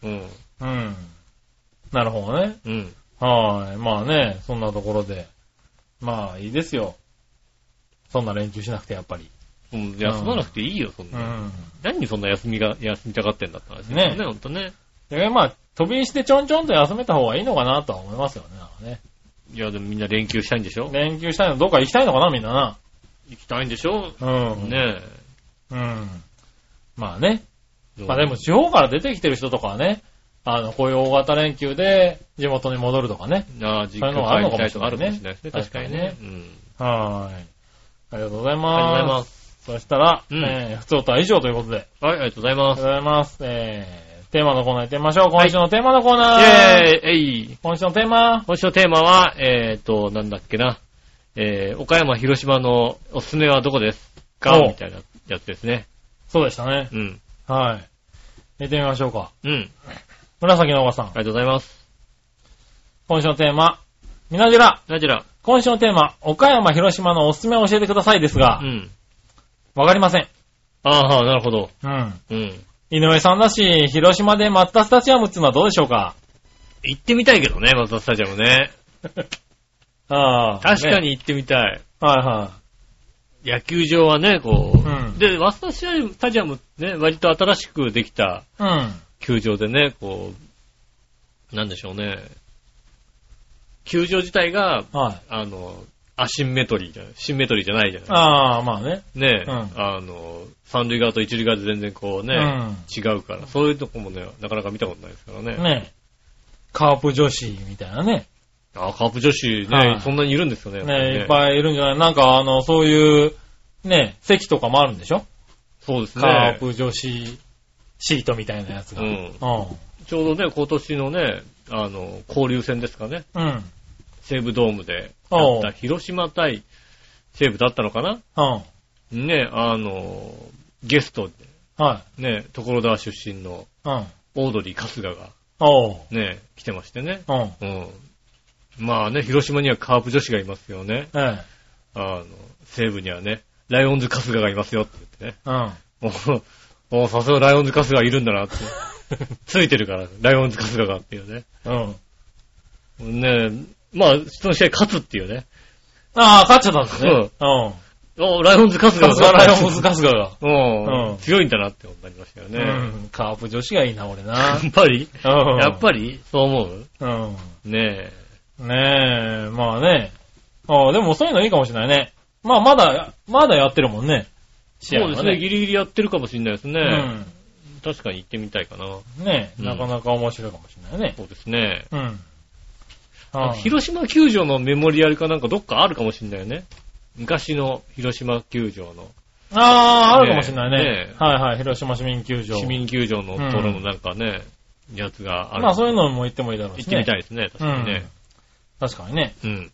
なるほどね。まあね、そんなところで。まあいいですよ。そんな連休しなくてやっぱり。 休まなくていいよ、そんな。何にそんな休みたがってんだった話ね。ほんとね。 まあ、飛びしてちょんちょんと休めた方がいいのかなとは思いますよね。 いや、でもみんな連休したいんでしょ？ 連休したいの、どっか行きたいのかな、みんなな。 行きたいんでしょ？ うん。 ねえ。うん。まあね。まあでも地方から出てきてる人とかはね、こういう大型連休で地元に戻るとかね。 ああ、実家帰りたいとかあるかもしれないですね。確かにね。 うん。はい。ありがとうございます。 ありがとうございます。 そしたら、普通とは以上ということで。 はい、ありがとうございます。 ありがとうございます。テーマのコーナー行ってみましょう。今週のテーマのコーナー。今週のテーマは、なんだっけな。岡山、広島のおすすめはどこですかみたいなやつですね。 そうでしたね。 うん。 はい。行ってみましょうか。 うん。 紫のおばさん。 ありがとうございます。 今週のテーマ、みなじら。今週のテーマ、岡山、広島のおすすめを教えてくださいですが、わかりません。 ああ、なるほど。 井上さんだし、広島でマツダスタジアムっていうのはどうでしょうか？ 行ってみたいけどね、マツダスタジアムね。確かに行ってみたい。野球場はね、で、マツダスタジアムね、割と新しくできた球場でね、なんでしょうね。球場自体が、アシンメトリーじゃない、シンメトリーじゃないじゃない。 まあね。 ね三塁側と一塁側で全然違うから、そういうとこもね、なかなか見たことないですからね。 ねカープ女子みたいなね。 カープ女子ね、そんなにいるんですよね。 いっぱいいるんじゃない？なんかそういう、ね、席とかもあるんでしょ？ そうですね。 カープ女子シートみたいなやつが。 ちょうどね、今年のね、交流戦ですかね。西武ドームでやった広島対西武だったのかな？ね、ゲストで、ね、所沢出身のオードリー春日が、ね、来てましてね。まあね、広島にはカープ女子がいますよね。西武にはね、ライオンズ春日がいますよって言ってね。もうさすがライオンズ春日いるんだなって。ついてるから、ライオンズ春日がっていうね。ね、まあ、その試合勝つっていうね。 勝っちゃったんですね。 ライオンズ春日が。 ライオンズ春日が。 強いんだなって思いましたよね。 カープ女子がいいな、俺な。 やっぱりそう思う？ねえ。まあね。でもそういうのいいかもしれないね。まあまだやってるもんね。 そうですね。ギリギリやってるかもしれないですね。確かに行ってみたいかな。 ねえ、なかなか面白いかもしれないね。 そうですね。広島球場のメモリアルかなんかどっかあるかもしれないよね。昔の広島球場の。 あるかもしれないね。広島市民球場。 市民球場のところのなんかね、やつがある。 まあそういうのも行ってもいいだろうしね。 行ってみたいですね、確かにね。 確かにね。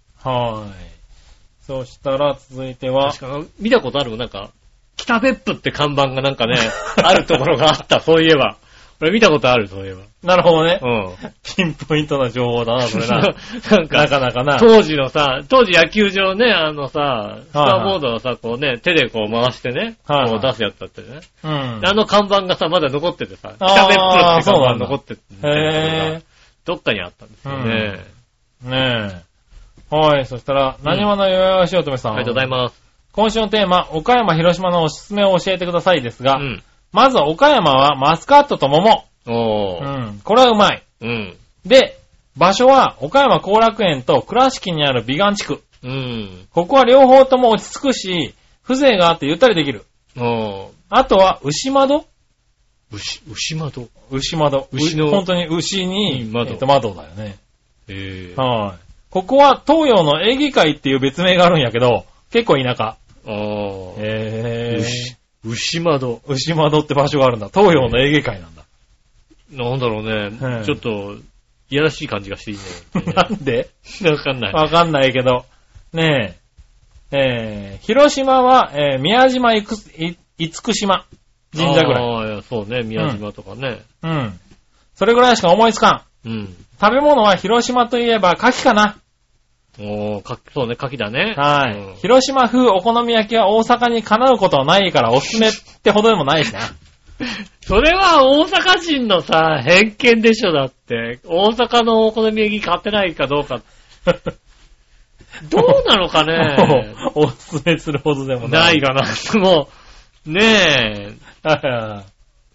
そしたら続いては。 確か見たことあるもん、なんか、北別府って看板がなんかね、あるところがあった、そういえば。これ見たことある、そういえば。 なるほどね。ピンポイントな情報だな、それな。 なんか、 なかなかな。 当時野球場ね、スターボードをさ、こうね、手でこう回してね、こう出すやつだってね。看板がさ、まだ残っててさ、北別府って看板残ってて、どっかにあったんですよね。 ねえ。はい、そしたら、何話のよよしおとめさん。 ありがとうございます。 今週のテーマ、岡山、広島のおすすめを教えてくださいですが、まずは岡山はマスカットと桃。これはうまい。で、場所は岡山後楽園と倉敷にある美観地区。ここは両方とも落ち着くし、風情があってゆったりできる。あとは牛窓？ 牛窓？ 牛窓。本当に牛に、窓だよね。ここは東洋のエーゲ海っていう別名があるんやけど、結構田舎。 牛窓。 牛窓って場所があるんだ。東洋のエーゲ海なんだ。 なんだろうね。ちょっと、いやらしい感じがしていいね。なんで？ わかんない。 わかんないけど。ねえ。広島は、宮島厳島神社ぐらい。 そうね。宮島とかね。 それぐらいしか思いつかん。食べ物は広島といえば牡蠣かな。 そうね、牡蠣だね。 広島風お好み焼きは大阪にかなうことはないからおすすめってほどでもないしな。 それは大阪人のさ、偏見でしょ、だって。大阪のお好み焼き買ってないかどうか。どうなのかね。 おすすめするほどでもないかな。もう、ねえ。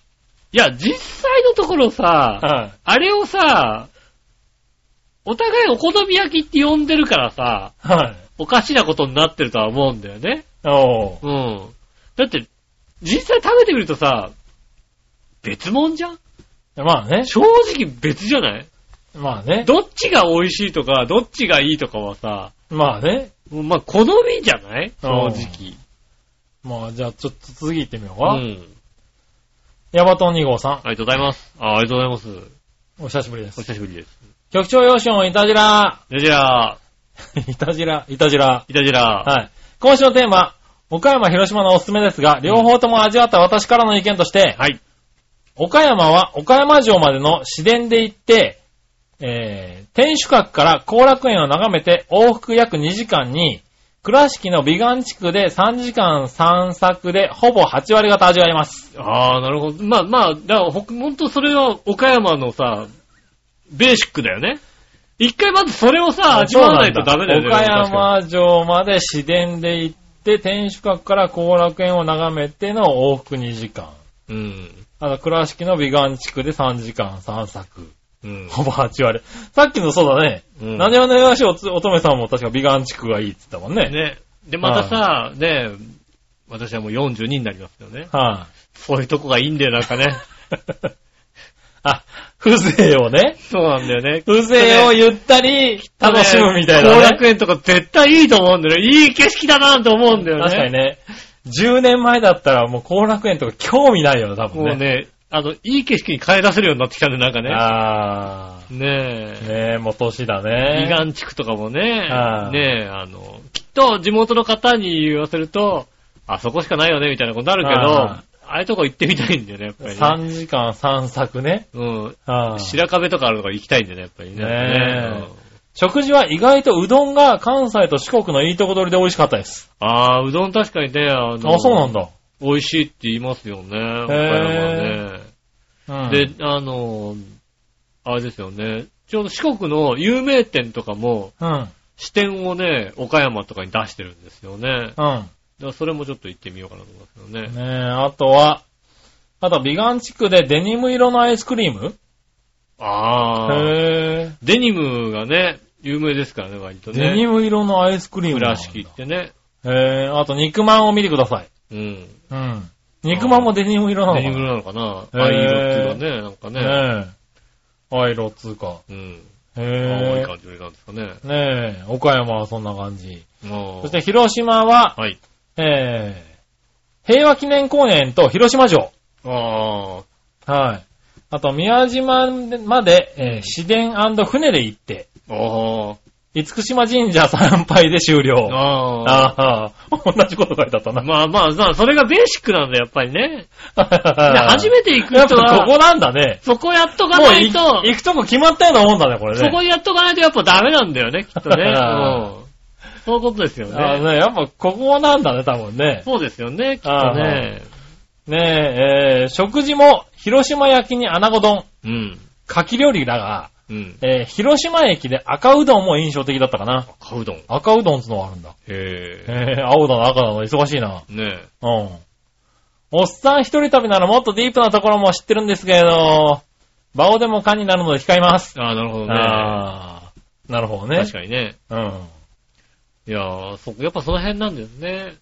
いや、実際のところさ、あれをさ、お互いお好み焼きって呼んでるからさ、おかしなことになってるとは思うんだよね。だって、実際食べてみるとさ、別物じゃん？ まあね。 正直別じゃない？ まあね。 どっちが美味しいとか、どっちがいいとかはさ、 まあね。 まあ、好みじゃない正直。 まあ、じゃあ、ちょっと次行ってみようか。ヤバトン2号さん。 ありがとうございます。ありがとうございます。 お久しぶりです。 お久しぶりです。 局長よしおん、いたじらいたじらいたじらいたじらいたじらはい。今週のテーマ、岡山、広島のおすすめですが、両方とも味わった私からの意見として、 はい。 岡山は岡山城までの市電で行って、天守閣から後楽園を眺めて往復約2時間に、倉敷の美観地区で3時間散策でほぼ8割方味わえます。 ああ、なるほど。まあ、だからほんとそれは岡山のさ、ベーシックだよね。一回まずそれをさ、味わわないとダメだよね。 岡山城まで市電で行って、天守閣から後楽園を眺めての往復2時間。倉敷の美観地区で3時間散策。ほぼ8割。さっきのそうだね。何話のよし乙女さんも確か美観地区がいいって言ったもんね。ね。 で、またさ、ね、私はもう42になりますよね。そういうとこがいいんだよ、なんかね。 風情をね。 そうなんだよね。 風情をゆったり楽しむみたいなね。 後楽園とか絶対いいと思うんだよね。いい景色だなって思うんだよね。 確かにね。10年前だったらもう後楽園とか興味ないよ、多分ね。 もうね、いい景色に変え出せるようになってきたんで、なんかね。 ねえ、もう年だね。 美観地区とかもね、きっと地元の方に言わせると、あそこしかないよね、みたいなことになるけど、ああいうとこ行ってみたいんだよね、やっぱりね。 3時間散策ね。 白壁とかあるとか行きたいんだよね、やっぱりね。 食事は意外とうどんが関西と四国のいいとこ取りで美味しかったです。 うどん確かにね、 そうなんだ。 美味しいって言いますよね。岡山ね。で、あれですよね。ちょうど四国の有名店とかも、支店をね、岡山とかに出してるんですよね。だからそれもちょっと行ってみようかなと思いますよね。 あとは美観地区でデニム色のアイスクリーム？ デニムがね、有名ですからね、割とね。 デニム色のアイスクリーム倉敷ってね。 あと肉まんを見てください。肉まんもデニム色なのかな？ デニム色なのかな？藍色っていうかね、なんかね。 藍色っつうか。 青い感じなんですかね。 岡山はそんな感じ。そして広島は、平和記念公園と広島城。あと、宮島まで、市電&船で行って、厳島神社参拝で終了。同じこと書いてあったな。 まあ、それがベーシックなんだよ、やっぱりね。初めて行く人は。 やっぱここなんだね。 そこやっとかないと。 もう行くとこ決まったようなもんだね、これね。 そこやっとかないとやっぱダメなんだよね、きっとね。そういうことですよね。 やっぱここなんだね、多分ね。 そうですよね、きっとね。食事も、広島焼きに穴子丼。牡蠣料理だが、広島駅で赤うどんも印象的だったかな。赤うどんってのがあるんだ。青だの赤だの忙しいな。おっさん一人旅ならもっとディープなところも知ってるんですけど、バオでも缶になるので控えます。 なるほどね。 なるほどね。 確かにね。いややっぱその辺なんですね。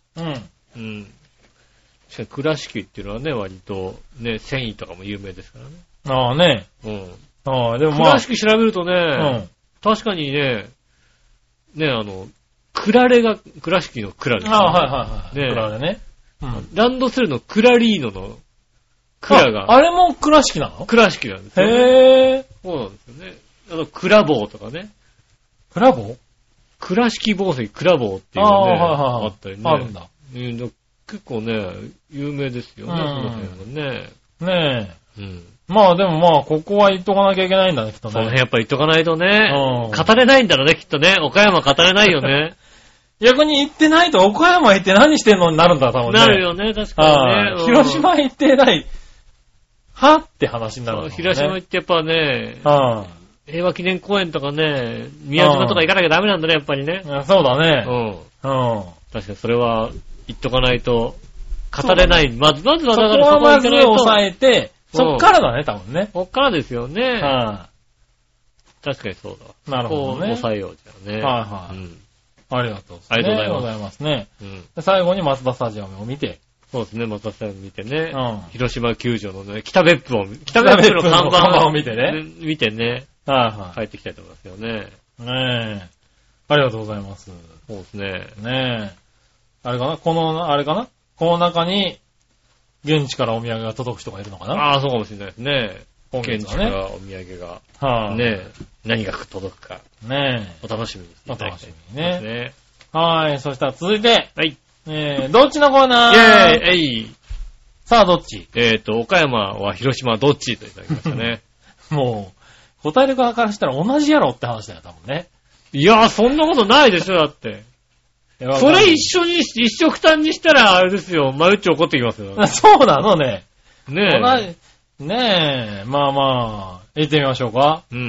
しかし倉敷っていうのはね、割とね、繊維とかも有名ですからね。でも倉敷調べるとね、確かにね、クラレが、倉敷のクラレですね。 クラレね。 ランドセルのクラリーノのクラが。 あれも倉敷なの？ 倉敷なんですよ、 ね。 そうなんですよね。クラボーとかね。 クラボー？ 倉敷紡績クラボーっていうね、あったりね。 あるんだ。 結構ね、有名ですよね、その辺はね。 ねえ。まあでもここは言っとかなきゃいけないんだね、きっとね。 その辺やっぱ言っとかないとね、語れないんだろうね、きっとね。岡山語れないよね。 逆に行ってないと岡山行って何してんのになるんだ、多分ね。 なるよね、確かにね。 広島行ってない。はって話になるんだね。 広島行ってやっぱね、平和記念公園とかね、宮島とか行かなきゃダメなんだね、やっぱりね。 そうだね。 確かにそれは言っとかないと、語れない。まずはだからそこはまず抑えて、 そっからだね、多分ね。 そっからですよね。 はい。 確かにそうだ。 なるほどね。 抑えようじゃね。 はいはい。ありがとうございます。ありがとうございますね。最後にマツダスタジアムを見て。 そうですね、マツダスタジアム見てね。広島球場のね、北別府の看板を見てね。見てね。帰ってきたいと思いますよね。 ねえ。ありがとうございます。 そうですね。 ねえ。あれかなこの中に、現地からお土産が届く人がいるのかな。 ああ、そうかもしれないですね。現地からお土産が。ねえ。何が届くか。 ねえ。 お楽しみにしていただきたいですね。 はい。そしたら続いて。 はい。 どっちのコーナー？ イェーイ。 さあ、どっち？ 岡山は広島どっちといただきましたね。 もう、答える側からしたら同じやろって話だよ、多分ね。 いやー、そんなことないでしょ、だって。それ一緒くたんにしたら、あれですよ、マユッチ怒ってきますよ。 そうなのね。 ねえ。ねえ、まあまあ、言ってみましょうか。 うん。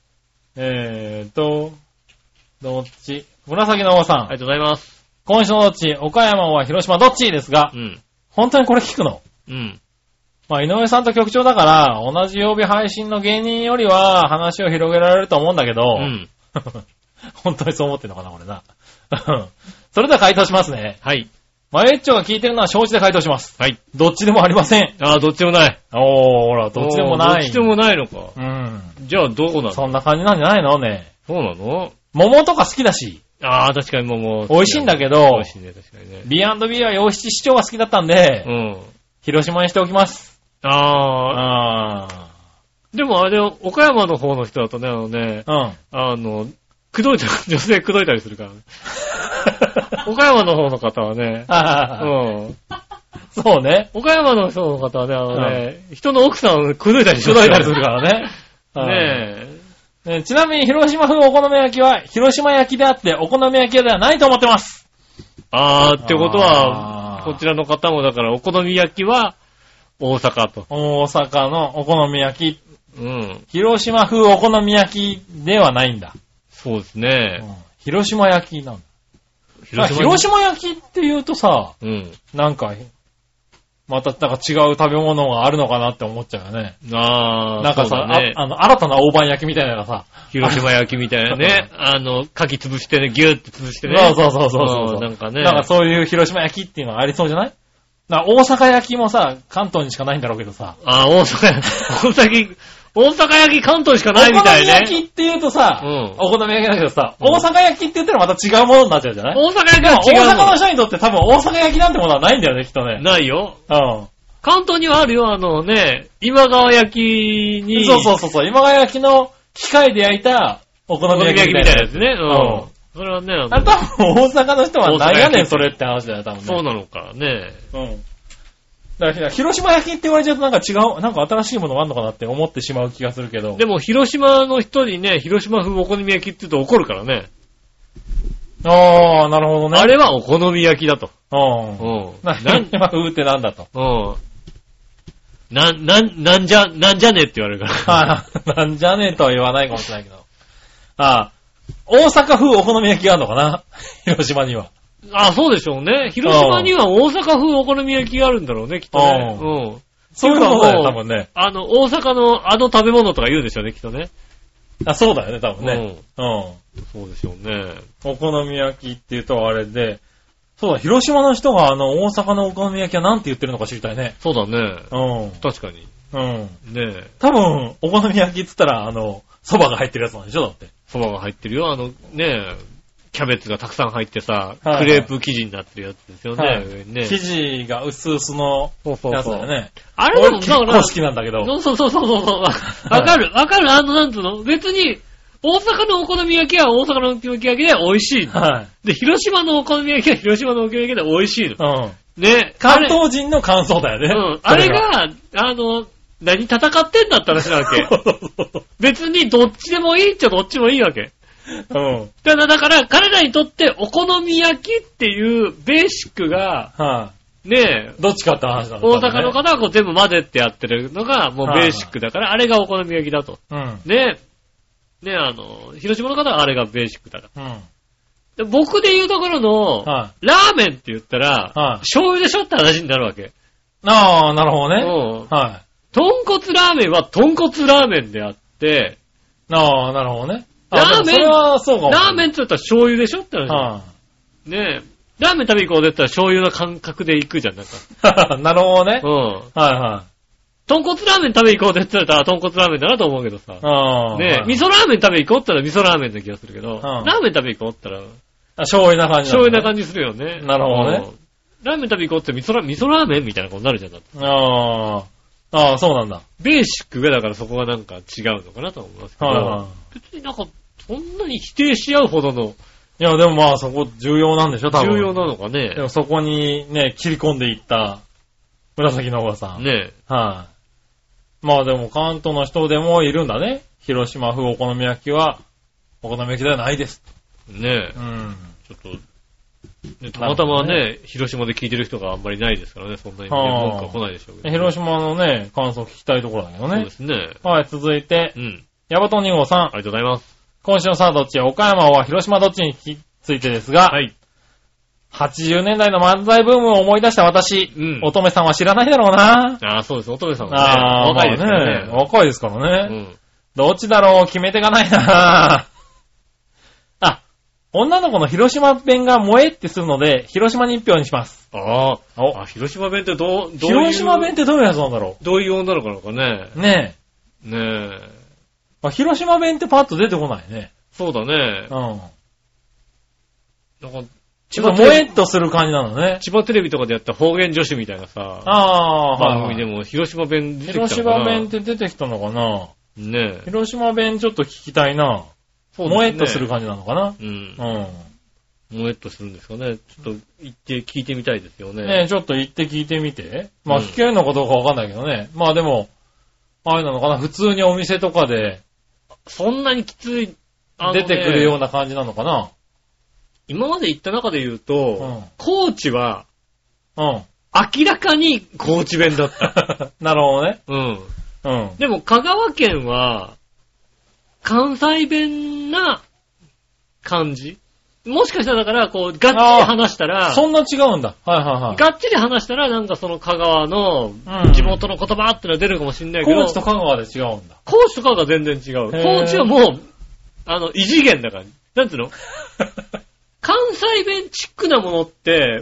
どっち？紫のおばさん。 ありがとうございます。 今週のどっち？岡山は広島どっちですが、本当にこれ聞くの？まあ、井上さんと局長だから、同じ曜日配信の芸人よりは話を広げられると思うんだけど、本当にそう思ってんのかな、これな。それでは回答しますね。 はい。 マユッチョが聞いてるのは承知で回答します。 はい。 どっちでもありません。 ああ、どっちもない。 ほら、どっちでもない。 どっちでもないのか。じゃあ、どこなの？ そんな感じなんじゃないのね。 そうなの？ 桃とか好きだし。 ああ、確かに桃。 美味しいんだけど、 美味しいね、確かにね。 B&B は洋七市長が好きだったんで、広島にしておきます。 でもあれ、岡山の方の人だとね、女性口説いたりするからね。岡山の方の方はね、 そうね。 岡山の人の方はね、人の奥さんを口説いたりするからね。ちなみに広島風お好み焼きは広島焼きであってお好み焼き屋ではないと思ってます。 ってことは、こちらの方もだからお好み焼きは大阪と。 大阪のお好み焼き。広島風お好み焼きではないんだ。 そうですね。 広島焼きなんだ。広島焼きって言うとさ、なんか、またなんか違う食べ物があるのかなって思っちゃうよね。なんかさ、新たな大判焼きみたいなのがさ、 広島焼きみたいなね、牡蠣潰してね、ギューって潰してね。 そう。なんかね。なんかそういう広島焼きっていうのがありそうじゃない？大阪焼きもさ、関東にしかないんだろうけどさ。 大阪焼き関東しかないみたいね。 お好み焼きって言うとさ、お好み焼きだけどさ、大阪焼きって言ったらまた違うものになっちゃうじゃない？ 大阪焼きは違う。 大阪の人にとって多分大阪焼きなんてものはないんだよね、きっとね。 ないよ。関東にはあるよ、今川焼きに。 そう。今川焼きの機械で焼いたお好み焼きみたいなやつね。 それはね、 多分大阪の人は何やねんそれって話だよ、多分ね。 そうなのかね。 だから広島焼きって言われちゃうとなんか違う、なんか新しいものがあるのかなって思ってしまう気がするけど。 でも広島の人にね、広島風お好み焼きって言うと怒るからね。 なるほどね。 あれはお好み焼きだと。 広島風ってなんだと。 なんじゃねって言われるから。なんじゃねとは言わないかもしれないけど。大阪風お好み焼きがあるのかな広島には。 そうでしょうね。広島には大阪風お好み焼きがあるんだろうね、きっとね。 そういうことだよ、多分ね。 大阪の食べ物とか言うでしょうね、きっとね。 そうだよね、多分ね。 そうでしょうね。 お好み焼きって言うとあれで、そうだ、広島の人が大阪のお好み焼きはなんて言ってるのか知りたいね。 そうだね。確かに。ね多分、お好み焼きって言ったら、蕎麦が入ってるやつなんでしょだって。 蕎麦が入ってるよ。キャベツがたくさん入ってさ、クレープ生地になってるやつですよね。 生地が薄々のやつだよね。 あれでも、 結構好きなんだけど。 そう。わかる。なんつうの別に、大阪のお好み焼きは大阪のお好み焼きで美味しい。で、広島のお好み焼きは広島のお好み焼きで美味しいの。ね。 関東人の感想だよね。 あれが、戦ってんだったらしいわけ。別にどっちでもいいっちゃどっちもいいわけ。だから彼らにとってお好み焼きっていうベーシックが、 どっちかって話なんだ、 大阪の方はこう全部混ぜてやってるのがもうベーシックだから、あれがお好み焼きだと。広島の方はあれがベーシックだから。で僕で言うところの、ラーメンって言ったら、醤油でしょって話になるわけ。 なるほどね。 豚骨ラーメンは豚骨ラーメンであって、 ああ、なるほどね。 ラーメン、 はそうかも。 ラーメンって言ったら醤油でしょって話。ねえ。ラーメン食べ行こうで言ったら醤油の感覚で行くじゃん、なんか。 なるほどね。 うん。 はいはい。 豚骨ラーメン食べ行こうで言ったら豚骨ラーメンだなと思うけどさ。ねえ、味噌ラーメン食べ行こうって言ったら味噌ラーメンな気がするけど、ラーメン食べ行こうって言ったら、 醤油な感じ、 醤油な感じするよね。 なるほどね。 ラーメン食べ行こうって味噌ラーメンみたいなことになるじゃん。だってああ、そうなんだ。 ベーシックがだからそこがなんか違うのかなと思いますけど、別になんかそんなに否定し合うほどの。 いや、でもまあそこ重要なんでしょ、多分。 重要なのかね。 でもそこにね、切り込んでいった紫のおばさん。 ねえ。 はい、まあでも関東の人でもいるんだね。広島風お好み焼きは、お好み焼きではないです。 ねえ。ちょっと、ね、たまたまね、広島で聞いてる人があんまりないですからね、そんなに文句は来ないでしょうけど、ね。 広島のね、感想聞きたいところだけどね。 そうですね。 はい、続いて、ヤバト2号さん。ありがとうございます。 今週のさあどっち、岡山は広島どっちについてですが、 はい。 80年代の漫才ブームを思い出した私、乙女さんは知らないだろうな。 ああ、そうです。乙女さんはね、若いですからね。 若いですからね。どっちだろう、決め手がないな。女の子の広島弁が萌えってするので、広島に一票にします。 広島弁ってどういう広島弁ってどういうやつなんだろう。どういう女の子なのかね。 ねえ。広島弁ってパッと出てこないね。 そうだね。なんか、 ちょっと萌えっとする感じなのね。 千葉テレビとかでやった方言女子みたいなさ。番組でも広島弁出てきたのかな。 広島弁って出てきたのかな。 ねえ。 広島弁ちょっと聞きたいな。萌えっとする感じなのかな。 萌えっとするんですかね。ちょっと行って聞いてみたいですよね。 ねえ、ちょっと行って聞いてみて。まあ聞けるのかどうかわかんないけどね。まあでも、あれなのかな。普通にお店とかで。 そんなにきつい、 出てくるような感じなのかな。 今まで行った中で言うと、高知は、明らかに高知弁だった。 なるほどね。 でも香川県は、関西弁な感じ？もしかしたらだから、こう、がっちり話したら、 そんな違うんだ。がっちり話したら、なんかその香川の地元の言葉ってのは出るかもしれないけど、 高知と香川で違うんだ。 高知と香川全然違う。高知はもう、異次元だから。なんつうの関西弁チックなものって、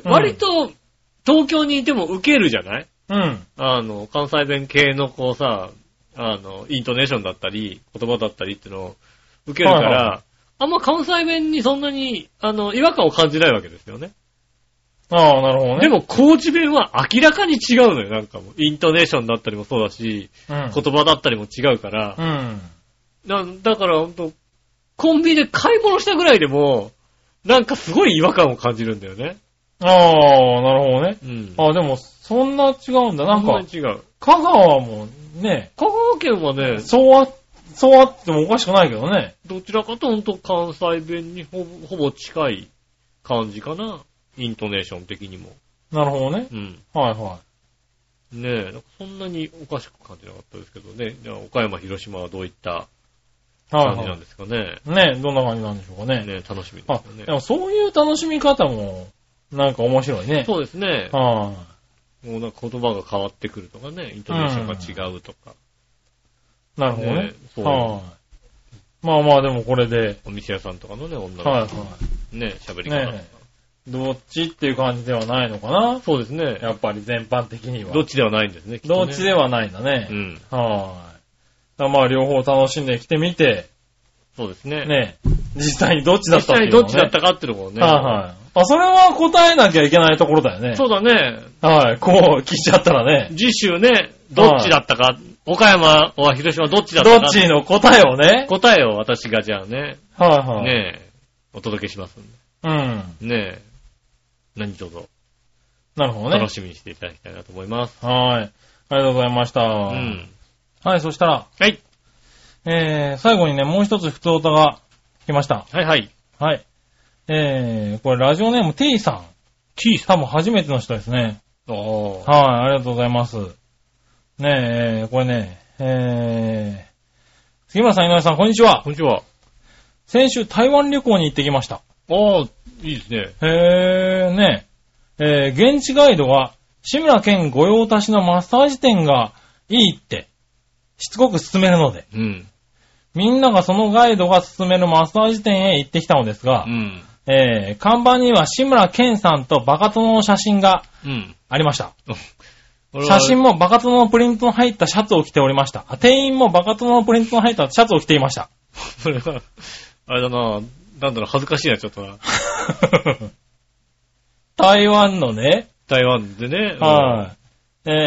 割と東京にいても受けるじゃない？関西弁系のこうさ、イントネーションだったり、言葉だったりっていうのを受けるから、あんま関西弁にそんなに、違和感を感じないわけですよね。 なるほどね。 でも、高知弁は明らかに違うのよ、なんかもう。イントネーションだったりもそうだし、言葉だったりも違うから。だから、ほんと、コンビニで買い物したぐらいでも、なんかすごい違和感を感じるんだよね。 なるほどね。でも、そんな違うんだ。なんか、 そんな違う。 香川もね、 香川県はね、 そうあってもおかしくないけどね。 どちらかとほんと関西弁にほぼ近い感じかな。イントネーション的にも。 なるほどね。 ねえ、なんかそんなにおかしく感じなかったですけどね。じゃあ、岡山、広島はどういった感じなんですかね。 ねえ、どんな感じなんでしょうかね。 ねえ、楽しみですよね。 でもそういう楽しみ方も、なんか面白いね。 そうですね。もうなんか言葉が変わってくるとかね、イントネーションが違うとか。 なるほどね。まあまあでもこれで。 お店屋さんとかのね、女の子。ね、喋り方とか。 どっちっていう感じではないのかな。 そうですね。 やっぱり全般的には。 どっちではないんですね。 どっちではないんだね。まあ両方楽しんできてみて。 そうですね。 ね、実際にどっちだったっていうのね。実際どっちだったかっていうのもね。 それは答えなきゃいけないところだよね。 そうだね。 こう聞いちゃったらね。 次週ね、どっちだったか。岡山は広島どっちだったか。 どっちの答えをね。 答えを私がじゃあね。ねえ、お届けしますんで。ねえ。何卒。 なるほどね。 楽しみにしていただきたいなと思います。 ありがとうございました。そしたら。最後にね、もう一つ普通歌が来ました。これラジオネーム T さん。多分初めての人ですね。ありがとうございます。ねえ、これね、杉村さん、井上さん、こんにちは。 こんにちは。 先週台湾旅行に行ってきました。 いいですね。 現地ガイドが志村けん御用達のマッサージ店がいいって、しつこく勧めるので、 うん。 みんながそのガイドが勧めるマッサージ店へ行ってきたのですが、うん。看板には志村けんさんとバカ殿の写真がありました。うん、写真もバカ殿のプリントの入ったシャツを着ておりました。店員もバカ殿のプリントの入ったシャツを着ていました。 それは、あれだな、なんだろう、恥ずかしいな、ちょっとな。 台湾のね。 台湾でね。 はい。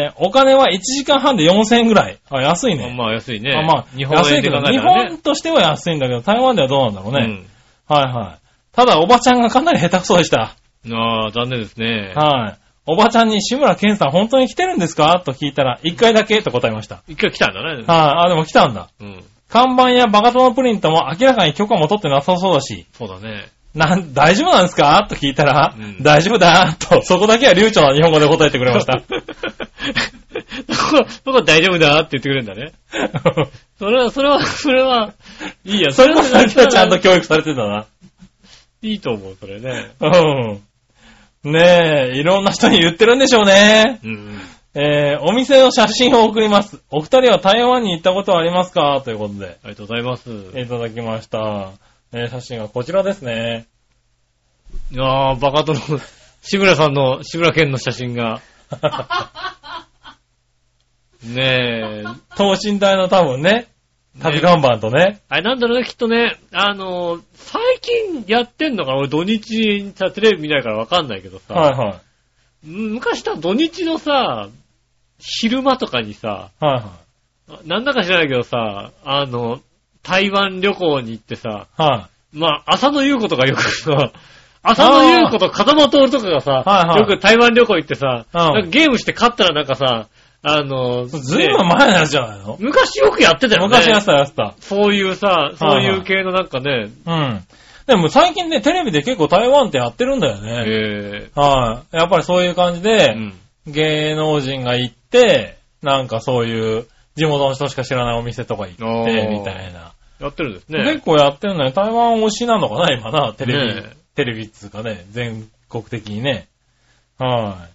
お金は1時間半で4000円ぐらい。安いね。 まあ安いね。 まあ、日本円で考えたらね。日本としては安いんだけど、台湾ではどうなんだろうね。うん、はいはい。ただ、おばちゃんがかなり下手くそでした。 ああ、残念ですね。 はい。おばちゃんに志村けんさん本当に来てるんですかと聞いたら、1回だけと答えました。 1回来たんだね。 はい。でも来たんだ。うん。看板やバカ殿プリントも明らかに許可も取ってなさそうだし。 そうだね。 大丈夫なんですかと聞いたら、うん、大丈夫だと、そこだけは流暢な日本語で答えてくれました。 そこ大丈夫だって言ってくれるんだね。それは、いいや。 それだけはちゃんと教育されてたな。 いいと思う、それね。 うん。ねえ、いろんな人に言ってるんでしょうね。うん。お店の写真を送ります。お二人は台湾に行ったことはありますかということで。 ありがとうございます。 いただきました。写真がこちらですね。 いやー、バカ殿、志村けんの写真が。ねえ。 等身大の多分ね、旅看板とね。 あれなんだろうね、きっとね、最近やってんのかな俺土日にさ、テレビ見ないからわかんないけどさ。 はいはい。 昔さ、土日のさ、昼間とかにさ、はいはい。なんだか知らないけどさ、台湾旅行に行ってさ、はい。まあ、浅野ゆう子とかよくさ、浅野ゆう子と風間徹とかがさ、はいはい、よく台湾旅行行ってさ、なんかゲームして勝ったらなんかさ、 ずいぶん前のやつじゃないの？ 昔よくやってたよね。 昔やってた。 そういうさ、そういう系のなんかね。 うん。でも最近ね、テレビで結構台湾ってやってるんだよね。はい。やっぱりそういう感じで、芸能人が行って、なんかそういう地元の人しか知らないお店とか行って、みたいな。 やってるんですね。 結構やってるんだよ。台湾推しなのかな、今な、テレビっつうかね、全国的にね。はい。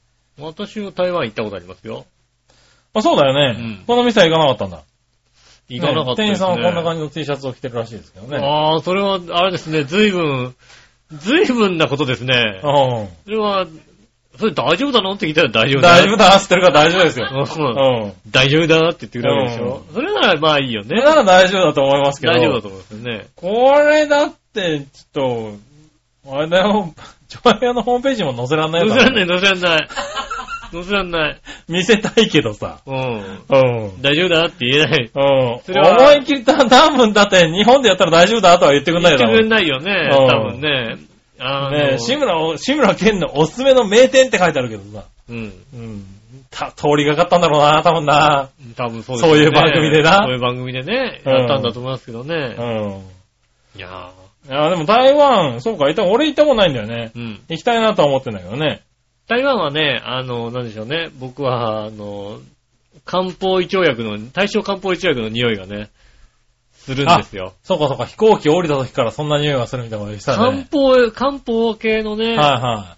私も台湾行ったことありますよ。 あ、そうだよね。うん、この店は行かなかったんだ。 行かなかったですね。 店員さんはこんな感じの T シャツを着てるらしいですけどね。 ああ、それは、あれですね、随分なことですね。うん。それ大丈夫だのって聞いたら大丈夫だ。 大丈夫だって言ってるから大丈夫ですよ。 うん。大丈夫だって言ってくれるわけでしょ。それならまあいいよね。それなら大丈夫だと思いますけど。 大丈夫だと思いますよね。 これだって、ちょっと、あれだよ、ジョアヘアのホームページも載せらんないよ。 載せらんない。載せらんない。 見せたいけどさ。 うん。大丈夫だって言えない。 うん。それは思い切った多分だって日本でやったら大丈夫だとは言ってくんないよ。 言ってくんないよね。多分ね。 ねえ、志村けんのおすすめの名店って書いてあるけどさ。うん。うん。通りがかったんだろうな、多分な。 多分そうですね。 そういう番組でな。 そういう番組でね、やったんだと思いますけどね。うん。いやでも台湾、そうか、俺行ったことないんだよね。うん。行きたいなとは思ってんだけどね。 台湾はね、なんでしょうね。僕は、大正漢方胃腸薬の匂いがね、するんですよ。 そうか、飛行機降りた時からそんな匂いがするみたいなことしたね。 漢方系のね、はいはい。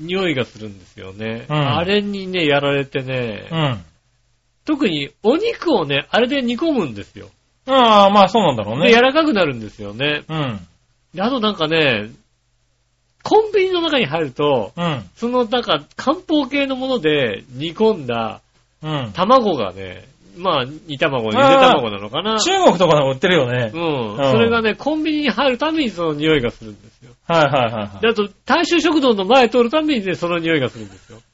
匂いがするんですよね。うん、あれにね、やられてね、うん。特にお肉をね、あれで煮込むんですよ。 ああ、まあそうなんだろうね。 で、柔らかくなるんですよね。うん。で、あとなんかね、コンビニの中に入ると、うん、そのなんか漢方系のもので煮込んだ卵がね、まあ煮卵、ゆで卵なのかな。 中国とかでも売ってるよね。 うん。それがね、コンビニに入るためにその匂いがするんですよ。 はいはいはい。 で、あと、大衆食堂の前通るためにね、その匂いがするんですよ。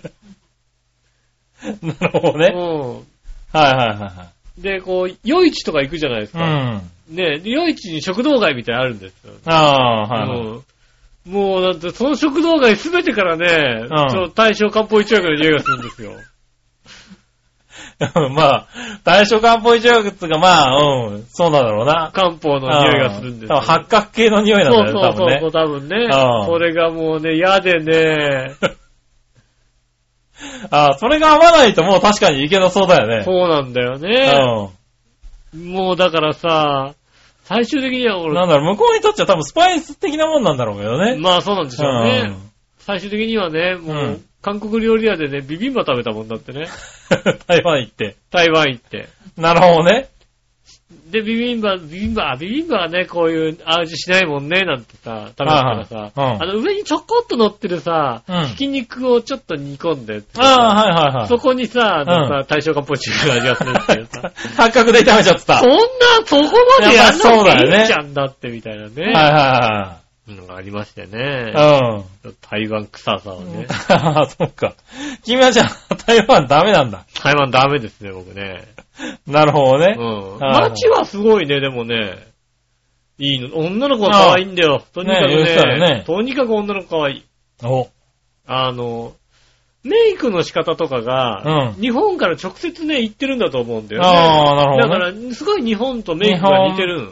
なるほどね。うん。はいはいはいはい。 で、こう、夜市とか行くじゃないですか。うん。ね、夜市に食堂街みたいなのあるんですよ。 ああ、はい、はい。 もう、だって、その食堂街すべてからね、うん、大正漢方一薬の匂いがするんですよ。 まあ、大正漢方一薬ってがまあ、うん、そうなんだろうな。 漢方の匂いがするんですよ。 八角系の匂いなんだよね、 そう、多分ね。それがもうね、嫌でね。 それが合わないともう確かにいけなそうだよね。 そうなんだよね。もうだからさ、最終的にはなんだろう、向こうにとっちゃ多分スパイス的なもんなんだろうけどね。 まあそうなんでしょうね。最終的にはね、もう、 韓国料理屋でね、ビビンバ食べたもんだってね。 台湾行って。 なるほどね。 で、ビビンバはね、こういう味しないもんね、なんてさ、食べたらさ、上にちょこっと乗ってるさ、ひき肉をちょっと煮込んで、そこにさ、大正漢方中華の味がするっていうさ。 八角で炒めちゃってた。 そこまでやんなくていいじゃんだって、みたいなね。のがありましてね。台湾臭さをね。 そっか。君はじゃあ、台湾ダメなんだ。 台湾ダメですね、僕ね。 なるほどね。 街はすごいね、でもね。いいの。女の子が可愛いんだよ。とにかくね。とにかく女の子可愛い。メイクの仕方とかが、日本から直接ね、行ってるんだと思うんだよね。 なるほど。 だから、すごい日本とメイクが似てる。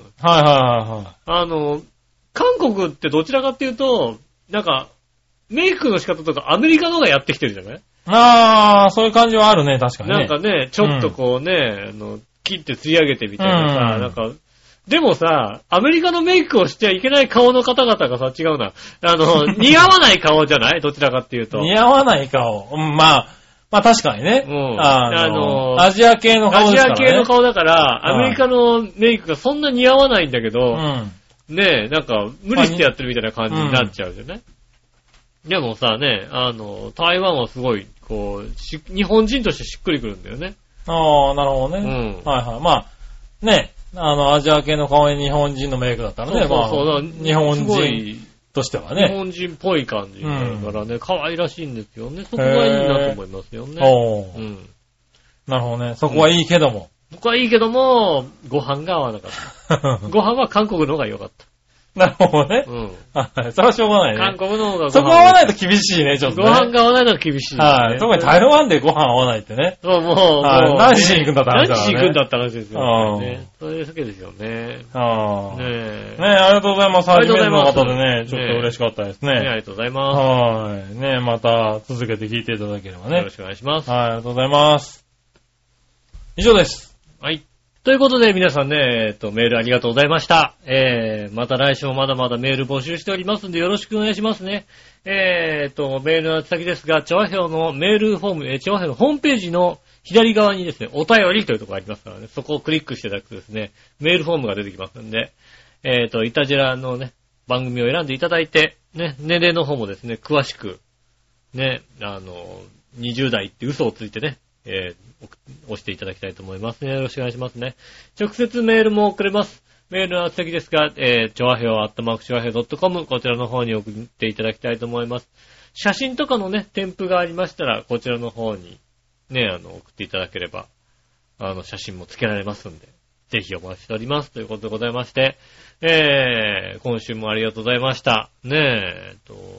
韓国ってどちらかっていうと、なんか、メイクの仕方とかアメリカの方がやってきてるじゃない？そういう感じはあるね、確かにね。 なんかね、ちょっとこうね、切って釣り上げてみたいなさ、なんか、でもさ、アメリカのメイクをしちゃいけない顔の方々がさ、違うな。似合わない顔じゃない？どちらかっていうと。 似合わない顔。まあ確かにね。アジア系の顔ですからね。 アジア系の顔だから、アメリカのメイクがそんな似合わないんだけど、ねえ、なんか、無理してやってるみたいな感じになっちゃうじゃない？でもさ、ね、台湾はすごい、こう、日本人としてしっくりくるんだよね。 なるほどね。まあ、ね、アジア系の顔に日本人のメイクだったらね、日本人としてはね。 日本人っぽい感じだからね、可愛らしいんですよね。そこがいいなと思いますよね。 なるほどね。そこはいいけども。 僕はいいけども、ご飯が合わなかった。ご飯は韓国の方が良かった。 なるほどね。それはしょうがないね。 韓国の方がそこ合わないと厳しいね、ちょっとね。 ご飯が合わないのは厳しいね。 特に台湾でご飯合わないってね。 そう、もう。 何しに行くんだって話だからね。 何しに行くんだって話ですよね。そういうわけですよね。 ねえ、ありがとうございます。初めての方でね、ちょっと嬉しかったですね。 ありがとうございます。 ねえ、また続けて聞いていただければね。 よろしくお願いします。 ありがとうございます。以上です。 はい。ということで皆さんね、メールありがとうございました。また来週もまだまだメール募集しておりますんでよろしくお願いしますね。メールの先ですが、チョアヘオのメールフォーム、チョアヘオのホームページの左側にですね、お便りというところがありますからね、そこをクリックしていただくとですね、メールフォームが出てきますんで、イタジラのね、番組を選んでいただいて、ね、年齢の方もですね、詳しく、ね、20代って嘘をついてね、押していただきたいと思いますね。よろしくお願いしますね。直接メールも送れます。メールの先ですが、ちょわへお@CHOAHEO.com こちらの方に送っていただきたいと思います。写真とかのね、添付がありましたら、こちらの方にね、送っていただければ、写真も付けられますんで、ぜひお待ちしております。ということでございまして、今週もありがとうございました。ね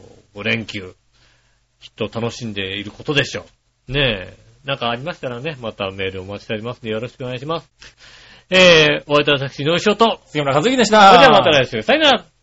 5連休、きっと楽しんでいることでしょう。ねなんかありましたらね、またメールお待ちしておりますのでよろしくお願いします。お会いいたい私、井上翔と、 杉村和樹でした。 それではまた来週、さよなら。